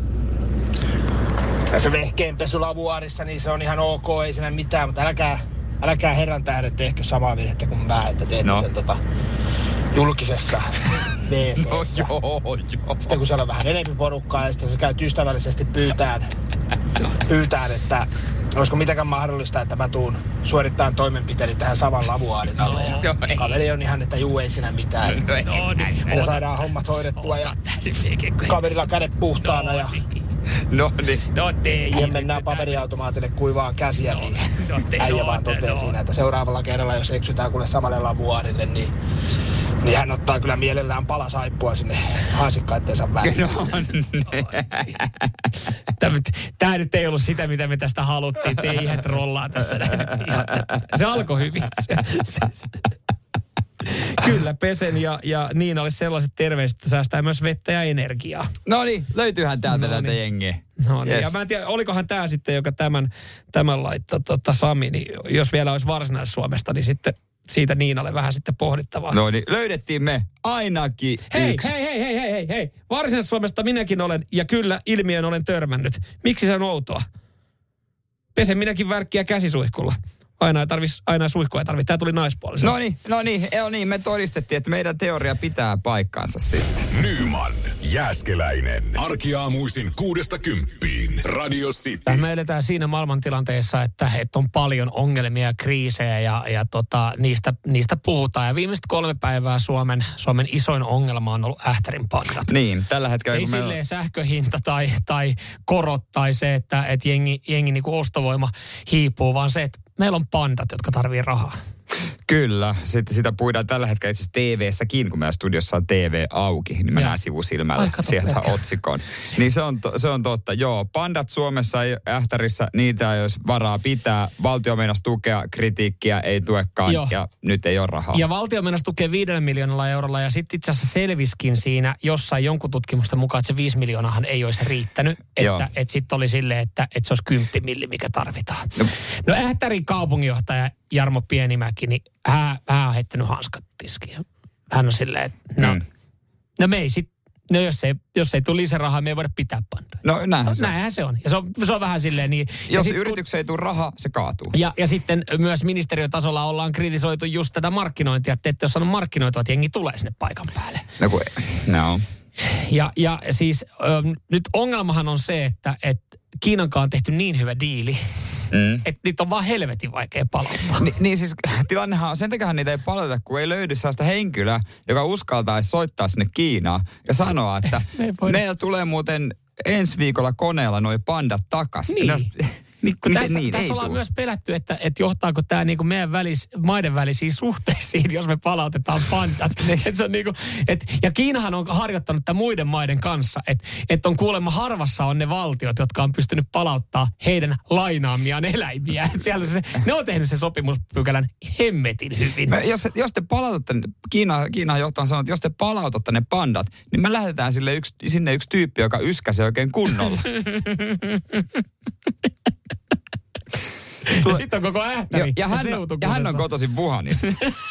Tässä vehkeenpesu lavuaarissa, niin se on ihan ok, ei siinä mitään, mutta älkää herran tähden tehkö samaa virhettä kuin mä, että teette sen julkisessa WC:ssä. No joo. Sitten kun siellä on vähän enemmän porukkaa ja sitten se käy ystävällisesti pyytään, että olisiko mitenkään mahdollista, että mä tuun suorittamaan toimenpiteeni tähän saman lavuaarin alle. Ja kaveri on ihan, että ei siinä mitään. Me saadaan hommat hoidettua ja kaverilla kädet puhtaana ja ja mennään paperiautomaatille kuivaan käsiä, niin äijä vaan toteaa siinä, että seuraavalla kerralla, jos eksytään kuule samalle lavuaarille, niin hän ottaa kyllä mielellään palasaippua sinne haasikkaittensa väliin. Tämä nyt ei ollut sitä, mitä me tästä haluttiin. Te ihan trollaa tässä. Se alkoi hyvin. Kyllä, Pesen ja Niinalle sellaiset terveiset, että säästää myös vettä ja energiaa. No niin, löytyyhän täältä näitä jengiä. No niin, yes. Ja mä en tiedä, olikohan tämä sitten, joka tämän laittoi Sami, niin jos vielä olisi Varsinais-Suomesta, niin sitten siitä Niinalle vähän sitten pohdittavaa. No niin, löydettiin me ainakin yksi. Hei. Varsinais-Suomesta minäkin olen, ja kyllä ilmiön olen törmännyt. Miksi se on outoa? Pesen minäkin värkkiä käsisuihkulla. Aina suihkua ei tarvitse. Tämä tuli naispuolisena. No niin, me todistettiin, että meidän teoria pitää paikkaansa sitten. Nyman, Jääskeläinen. Arkiaamuisin 6–10. Radio City. Me eletään siinä maailmantilanteessa, että on paljon ongelmia ja kriisejä ja niistä puhutaan. Ja viimeiset 3 päivää Suomen isoin ongelma on ollut ähtärin pandat. Niin, tällä hetkellä ei silleen sähköhinta tai korot tai se, että jengi niinku ostovoima hiipuu, vaan se, että meillä on pandat, jotka tarvii rahaa. Kyllä. Sitten sitä puidaan tällä hetkellä itse asiassa TV-säkin, kun meidän studiossa on TV auki, niin mä näen sivusilmällä sieltä otsikon. Niin se on totta. Joo, pandat Suomessa ei ähtärissä, niitä ei olisi varaa pitää. Valtio meinasi tukea, kritiikkiä ei tuekaan ja nyt ei ole rahaa. Ja valtio meinasi tukea 5 miljoonalla eurolla ja sitten itse asiassa selviskin siinä jossain jonkun tutkimusten mukaan, että se 5 miljoonaahan ei olisi riittänyt. Että sitten oli silleen, että se olisi 10 milli, mikä tarvitaan. No Ähtärin kaupunginjohtaja Jarmo Pienimäki, niin hän on heittänyt hanskat tiskiin. Hän on silleen, että jos ei tule lisärahaa, me ei voida pitää pandoja. No näinhän se on. Ja se on vähän silleen niin. Jos yritykseen ei tule rahaa, se kaatuu. Ja sitten myös ministeriötasolla ollaan kritisoitu just tätä markkinointia, että ette ole saanut markkinoitua, että jengi tulee sinne paikan päälle. No. Ja siis nyt ongelmahan on se, että Kiinankaan on tehty niin hyvä diili, että niitä on vaan helvetin vaikea palauttaa. Niin siis tilannehan on, sen takia niitä ei palauteta, kun ei löydy sellaista henkilöä, joka uskaltaisi soittaa sinne Kiinaan ja sanoa, että meillä tulee muuten ensi viikolla koneella noi pandat takaisin. Tässä ollaan myös pelätty, että johtaako tämä niinku meidän maiden välisiin suhteisiin, jos me palautetaan pandat. Ja Kiinahan on harjoittanut tämän muiden maiden kanssa, että on kuulemma harvassa on ne valtiot, jotka on pystynyt palauttaa heidän lainaamiaan eläimiä. Siellä ne on tehnyt sen sopimuspykälän hemmetin hyvin. Jos te palautatte, Kiinan johtaja sanoo, että jos te palautatte ne pandat, niin me lähetetään sinne yksi tyyppi, joka yskäsee oikein kunnolla. Ja sitten on koko Ähtäri ja hän on kotoisin Wuhanista.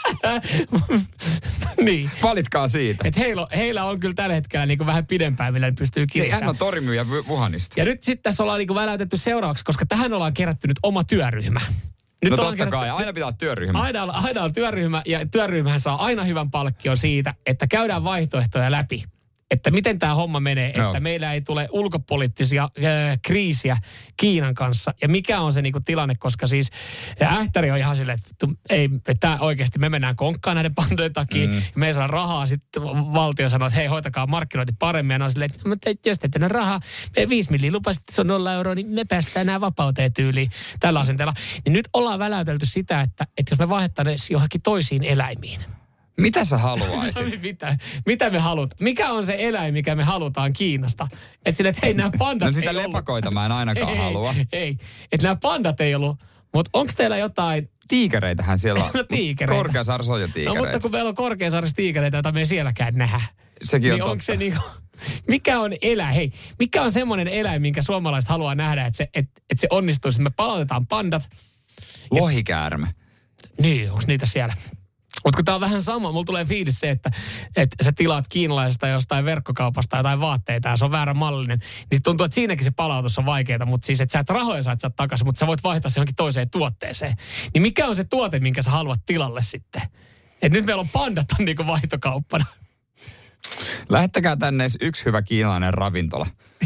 Niin. Valitkaa siitä. Et heillä on kyllä tällä hetkellä niinku vähän pidempään, millä ne pystyy kiristämään. Hän on torimyyjä Wuhanista. Ja nyt sitten tässä ollaan niinku väläytetty seuraavaksi, koska tähän ollaan kerätty nyt oma työryhmä. Nyt totta kai, aina pitää olla työryhmä. Aina on työryhmä, ja työryhmähän saa aina hyvän palkkion siitä, että käydään vaihtoehtoja läpi. Että miten tämä homma menee, että meillä ei tule ulkopoliittisia kriisiä Kiinan kanssa. Ja mikä on se niinku tilanne, koska siis Ähtäri on ihan silleen, että oikeasti me mennään konkkaan näiden pandojen takia. Ja me ei saa rahaa, sitten valtio sanoo, että hei, hoitakaa markkinointi paremmin. Ja ne on silleen, että jos teette rahaa, me 5 milliä lupasit, että se on 0 euroa, niin me päästään nämä vapauteen tyyliin tällä asenteella. Niin nyt ollaan väläytelty sitä, että jos me vaihdettaisiin johonkin toisiin eläimiin. Mitä sä haluaisit? Mitä me halutaan? Mikä on se eläin, mikä me halutaan Kiinasta? Että sille, että hei, nämä pandat no sitä lepakoita mä en ainakaan halua. Ei, että nämä pandat ei ollut. Mutta onko teillä jotain... Tiikereitähän siellä on. No tiikereitä. Korkeasaaressa on jo tiikereitä. No mutta kun meillä on Korkeasaaressa tiikereitä, joita me ei sielläkään nähdä. sekin on niin totta. Onko se niinku, mikä on eläin? Hei, mikä on semmoinen eläin, minkä suomalaiset haluaa nähdä, että se onnistuisi? Me palautetaan pandat. Lohikäärme. Niin, onko niitä siellä? Mutta kun tää on vähän sama, mulla tulee fiilis se, että sä tilaat kiinalaisesta jostain verkkokaupasta jotain vaatteita ja se on väärä mallinen. Niin tuntuu, että siinäkin se palautus on vaikeaa, mutta siis, että sä et rahoja saat takaisin, mutta sä voit vaihtaa se johonkin toiseen tuotteeseen. Niin mikä on se tuote, minkä sä haluat tilalle sitten? Että nyt meillä on pandat on niinku vaihtokauppana. Lähettäkää tänne yksi hyvä kiinalainen ravintola.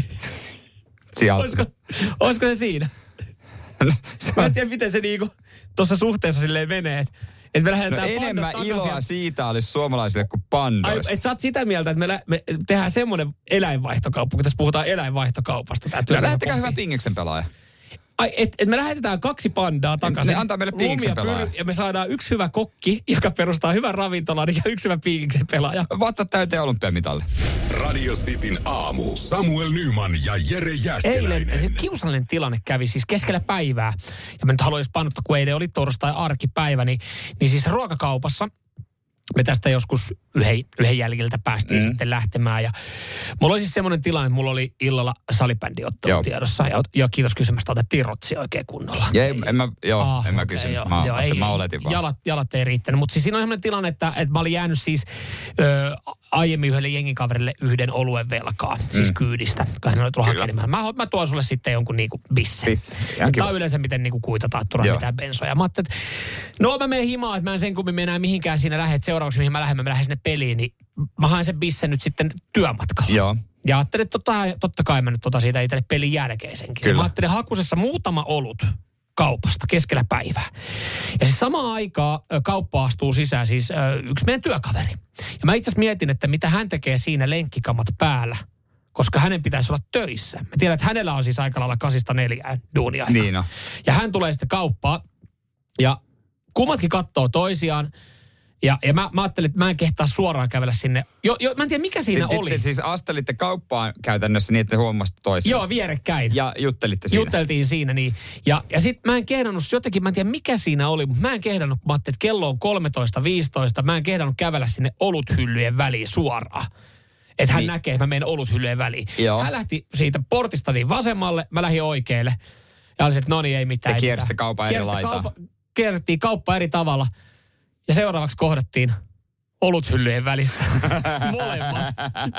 Olisiko se siinä? Mä en tiedä, miten se niinku tuossa suhteessa silleen menee, että me lähdetään enemmän iloa siitä olisi suomalaisille kuin pandoista. Sä oot sitä mieltä, että me tehdään semmoinen eläinvaihtokauppa, kun tässä puhutaan eläinvaihtokaupasta. Lähettäkää hyvä pingeksen pelaaja. Et me lähetetään 2 pandaa takaisin. Ne antaa meille pingeksen pelaaja. Ja me saadaan 1 hyvä kokki, joka perustaa hyvän ravintolan ja 1 hyvä pingeksen pelaaja. Vaattaa täyteen olympiamitalle. Radio Cityn aamu. Samuel Nyman ja Jere Jääskeläinen. Eilen kiusallinen tilanne kävi siis keskellä päivää. Ja mä nyt haluaisin pannuttaa, kun eilen oli torstai arkipäivä, niin siis ruokakaupassa me tästä joskus yhden jäljiltä päästiin sitten lähtemään. Ja mulla oli siis semmoinen tilanne, että mulla oli illalla salibändiottelu tiedossa. Ja kiitos kysymästä, otettiin rotsi oikein kunnolla. En mä kysynyt. Mä oletin vaan. Jalat ei riittänyt. Mutta siis siinä on semmoinen tilanne, että mä olin jäänyt siis aiemmin yhdelle jengikaverille 1 oluen velkaa. Siis kyydistä. Kun hän oli tullut hakemaan. Mä tuon sulle sitten jonkun niinku bissen. Tämä on yleensä miten niinku kuitataan, turhaan mitään bensoja. Mä ajattelin, että mä menen himaan, että mä en sen kummin enää mihinkään siinä lähde. Seuraavaksi, mihin mä lähden sinne peliin, niin mä haen sen bissen nyt sitten työmatkalla. Joo. Ja ajattelin, että totta kai mä nyt otan siitä itselle pelin jälkeisenkin. Kyllä. Mä ajattelin hakusessa muutama olut kaupasta keskellä päivää. Ja siis samaan aikaan kauppa astuu sisään siis yksi meidän työkaveri. Ja mä itse asiassa mietin, että mitä hän tekee siinä lenkkikamat päällä, koska hänen pitäisi olla töissä. Mä tiedän, että hänellä on siis aika lailla 8-4 duunia. Niin on. Ja hän tulee sitten kauppaan ja kummatkin katsoo toisiaan. Ja mä ajattelin, että mä en kehtaa suoraan kävellä sinne. Mä en tiedä, mikä siinä oli. Te siis astelitte kauppaan käytännössä niin, että huomasitte toisen. Joo, vierekkäin. Ja juttelitte siinä. Jutteltiin siinä, niin. Ja sit mä en kehdannut jotenkin, mä en tiedä mikä siinä oli, mutta mä en kehdannut, kun mä ajattelin, että kello on 13:15, mä en kehdannut kävellä sinne oluthyllyjen väliin suoraan. Että hän näkee, että mä menen oluthyllyjen väliin. Joo. Hän lähti siitä portista niin vasemmalle, mä lähdin oikealle. Ja olisin, että no niin, ei mitään. Te kiersitte kaupan eri laitaan. Kierrettiin kauppa eri tavalla. Ja seuraavaksi kohdattiin oluthyllyjen välissä molemmat.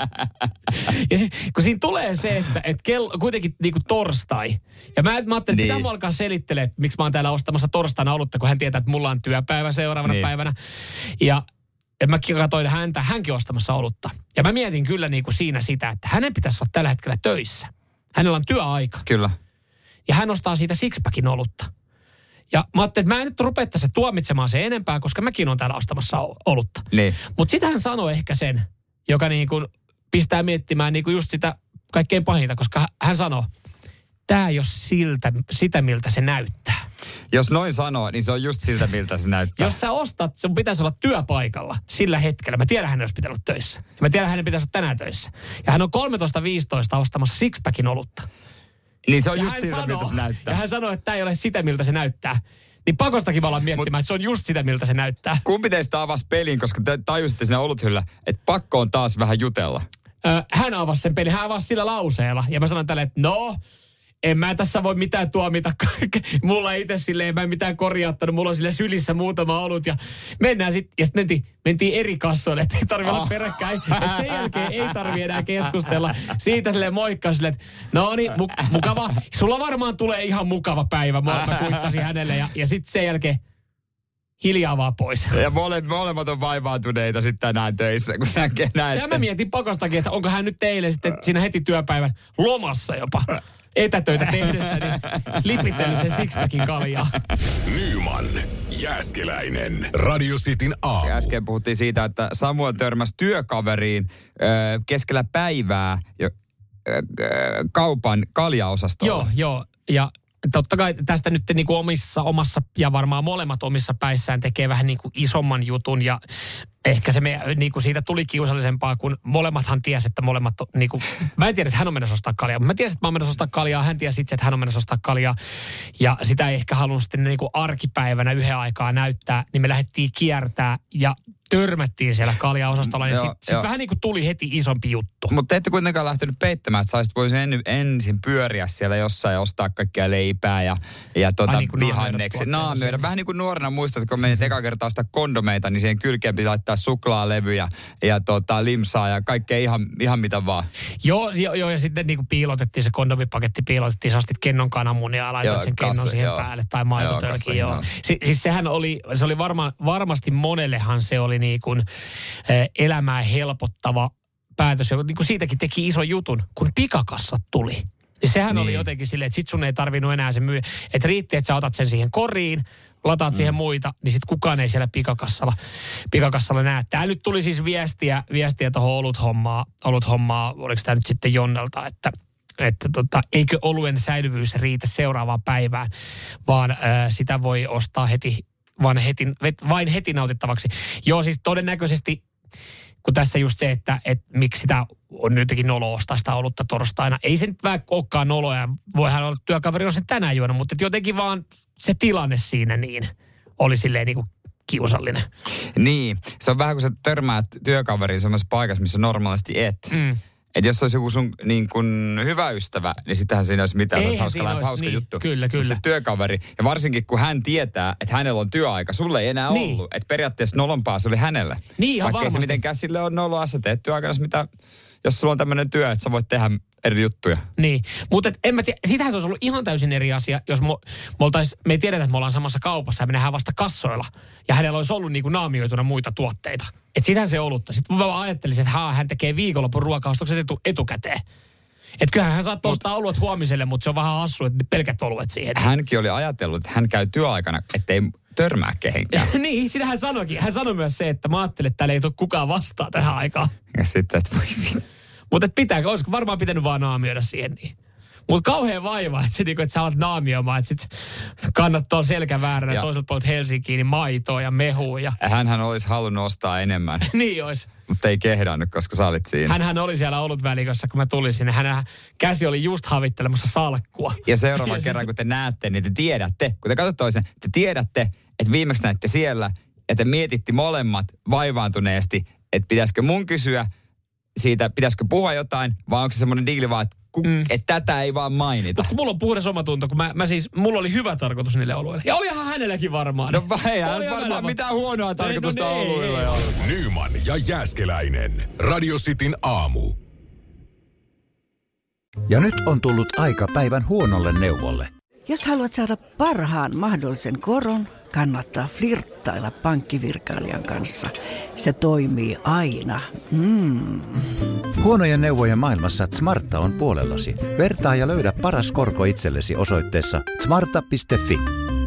Ja siis, kun siinä tulee se, että kuitenkin niinku torstai. Ja mä ajattelin, että pitää mua alkaa selittelemään, että miksi mä oon täällä ostamassa torstaina olutta, kun hän tietää, että mulla on työpäivä seuraavana päivänä. Ja mä katsoin hänkin ostamassa olutta. Ja mä mietin kyllä niinku siinä sitä, että hänen pitäisi olla tällä hetkellä töissä. Hänellä on työaika. Kyllä. Ja hän ostaa siitä sixpackin olutta. Ja mä ajattelin, että mä en nyt rupea tässä tuomitsemaan sen enempää, koska mäkin olen täällä ostamassa olutta. Niin. Mutta sitten hän sanoi ehkä sen, joka niin kuin pistää miettimään niin kuin just sitä kaikkein pahinta, koska hän sanoi, tämä ei ole sitä, miltä se näyttää. Jos noin sanoo, niin se on just siltä, miltä se näyttää. Jos sä ostat, sun pitäisi olla työpaikalla sillä hetkellä. Mä tiedän, hän olisi pitänyt olla töissä. Mä tiedän, hänen pitäisi olla tänään töissä. Ja hän on 13:15 ostamassa sixpackin olutta. Niin se on just siltä, miltä se näyttää. Ja hän sanoi, että tämä ei ole sitä, miltä se näyttää. Niin pakostakin mä ollaan miettimään, että se on just sitä, miltä se näyttää. Kumpi teistä avasi pelin, koska te tajusitte siinä oluthyllä, että pakko on taas vähän jutella? Hän avasi sen pelin. Hän avasi sillä lauseella. Ja mä sanoin tälle, että no, en mä tässä voi mitään tuomita. Mulla itse silleen, mä en mitään korjauttanut. Mulla on sille sylissä muutama olut. Ja mennään sitten. Ja sitten mentiin eri kassoille, että ei tarvitse olla peräkkäin. Että sen jälkeen ei tarvitse enää keskustella. Siitä silleen moikkaa silleen, että no niin, mukava. Sulla varmaan tulee ihan mukava päivä. Mä kuittasin hänelle. Ja sitten sen jälkeen hiljaa vaan pois. Ja molemmat on vaivaantuneita sitten tänään töissä, kun näkee näin. Ja mä mietin pakostakin, että onko hän nyt eilen sitten siinä heti työpäivän lomassa jopa. Etätöitä tehdessä, niin lipitellyt sen sixpackin kaljaa. Nyman, Jääskeläinen, Radio Cityn aamu. Äsken puhuttiin siitä, että Samuel törmäsi työkaveriin keskellä päivää kaupan kaljaosastolla. Joo. Ja totta kai tästä nyt niin kuin omassa ja varmaan molemmat omissa päissään tekee vähän niin kuin isomman jutun ja ehkä se niin kuin siitä tuli kiusallisempaa, kun molemmathan tiesi, että molemmat niin kuin, mä en tiedä, että hän on menossa ostaa kaljaa, mutta mä tiesin, että mä oon menossa ostaa kaljaa, hän tiesi itse, että hän on menossa ostaa kaljaa ja sitä ei ehkä halunnut sitten niin kuin arkipäivänä yhden aikaa näyttää, niin me lähdettiin kiertää ja törmättiin siellä kaljaosastolla, ja sitten vähän niin kuin tuli heti isompi juttu. Mutta ette kuitenkaan lähtenyt peittämään, että saisit voisi ensin pyöriä siellä jossain ja ostaa kaikkia leipää ja niin vihanneksi. Naamioida. Vähän niin kuin nuorena muistat, kun menit eka kertaa ostaa kondomeita, niin siihen kylkeen piti laittaa suklaalevyjä ja limsaa ja kaikkea ihan mitä vaan. Joo, ja sitten niin kuin piilotettiin se kondomipaketti, sä ostit kennon kananmunia ja laitat sen kennon siihen päälle tai maitotölkin. Siis sehän oli varmasti monellehan se oli niin kuin elämää helpottava päätös, joka niin kuin siitäkin teki ison jutun, kun pikakassat tuli. Ja sehän oli jotenkin silleen, että sit sun ei tarvinnut enää se myyä. Että riitti, että sä otat sen siihen koriin, lataat siihen muita, niin sit kukaan ei siellä pikakassalla näe. Täällä nyt tuli siis viestiä tuohon oluthommaa, oliko tämä nyt sitten Jonnelta, että eikö oluen säilyvyys riitä seuraavaan päivään, vaan sitä voi ostaa vain heti nautittavaksi. Joo, siis todennäköisesti, kun tässä just se, että miksi sitä on jotenkin nolo ostaa sitä olutta torstaina. Ei se nyt olekaan noloa, voihan olla työkaveri on sen tänään juonut, mutta jotenkin vaan se tilanne siinä niin oli silleen niin kuin kiusallinen. Niin, se on vähän kuin sä törmäät työkaveriin semmoisessa paikassa, missä normaalisti et. Että jos olisi joku sun niin kuin hyvä ystävä, niin sittenhän siinä olisi mitään, se olisi hauska juttu. Kyllä. Se työkaveri, ja varsinkin kun hän tietää, että hänellä on työaika, sulle ei enää ollut. Että periaatteessa nolompaa se oli hänelle. Niin, ihan vaikka varmasti. Se mitenkään sille on noloa, sä teet työaikana mitä, jos sulla on tämmöinen työ, että sä voit tehdä eri juttuja. Niin, mutta en mä tiedä, sitähän se olisi ollut ihan täysin eri asia, jos me ei tiedetä, että me ollaan samassa kaupassa ja me nähdään vasta kassoilla. Ja hänellä olisi ollut niin kuin naamioituna muita tuotteita. Että sitähän se olutta. Sitten mä ajattelisin, että hän tekee viikonlopun ruokaostokset etukäteen. Että kyllähän hän saattaa ostaa oluet huomiselle, mutta se on vähän hassu, että pelkät oluet siihen. Hänkin oli ajatellut, että hän käy työaikana, ettei törmää kehenkään. Niin, sitä hän sanoikin. Hän sanoi myös se, että mä ajattelin, että täällä ei tule kukaan vastaan tähän aikaan. Ja sitten, että voi. Mutta olisiko varmaan pitänyt vaan naamioida siihen niin. Mutta kauhean vaiva, että sä alat naamioimaan, että sit kannattaa selkä vääränä ja toiselta puolelta Helsinkiin niin maitoa ja mehua. Ja hänhän olisi halunnut ostaa enemmän. Niin olisi. Mutta ei kehdannut, koska sä olit siinä. Hänhän oli siellä olutvälikossa, kun mä tulin sinne. Hänen käsi oli just havittelemassa salkkua. Ja seuraavan kerran, kun te näette, niin te tiedätte, kun te katsotte toisen, te tiedätte, että viimeksi näitte siellä, ja te mietitte molemmat vaivaantuneesti, että pitäisikö mun kysyä siitä, pitäisikö puhua jotain, vai onko se semmoinen diili vaan, että tätä ei vaan mainita. Mutta kun mulla on puhdas omatunto, kun mulla oli hyvä tarkoitus niille oluille. Ja olihan hänelläkin varmaan. No eihän varmaan mitään huonoa tarkoitusta oluille. Nyman ja Jääskeläinen. Radio Cityn aamu. Ja nyt on tullut aika päivän huonolle neuvolle. Jos haluat saada parhaan mahdollisen koron, kannattaa flirttailla pankkivirkailijan kanssa. Se toimii aina. Huonojen neuvojen maailmassa Smarta on puolellasi. Vertaa ja löydä paras korko itsellesi osoitteessa smarta.fi.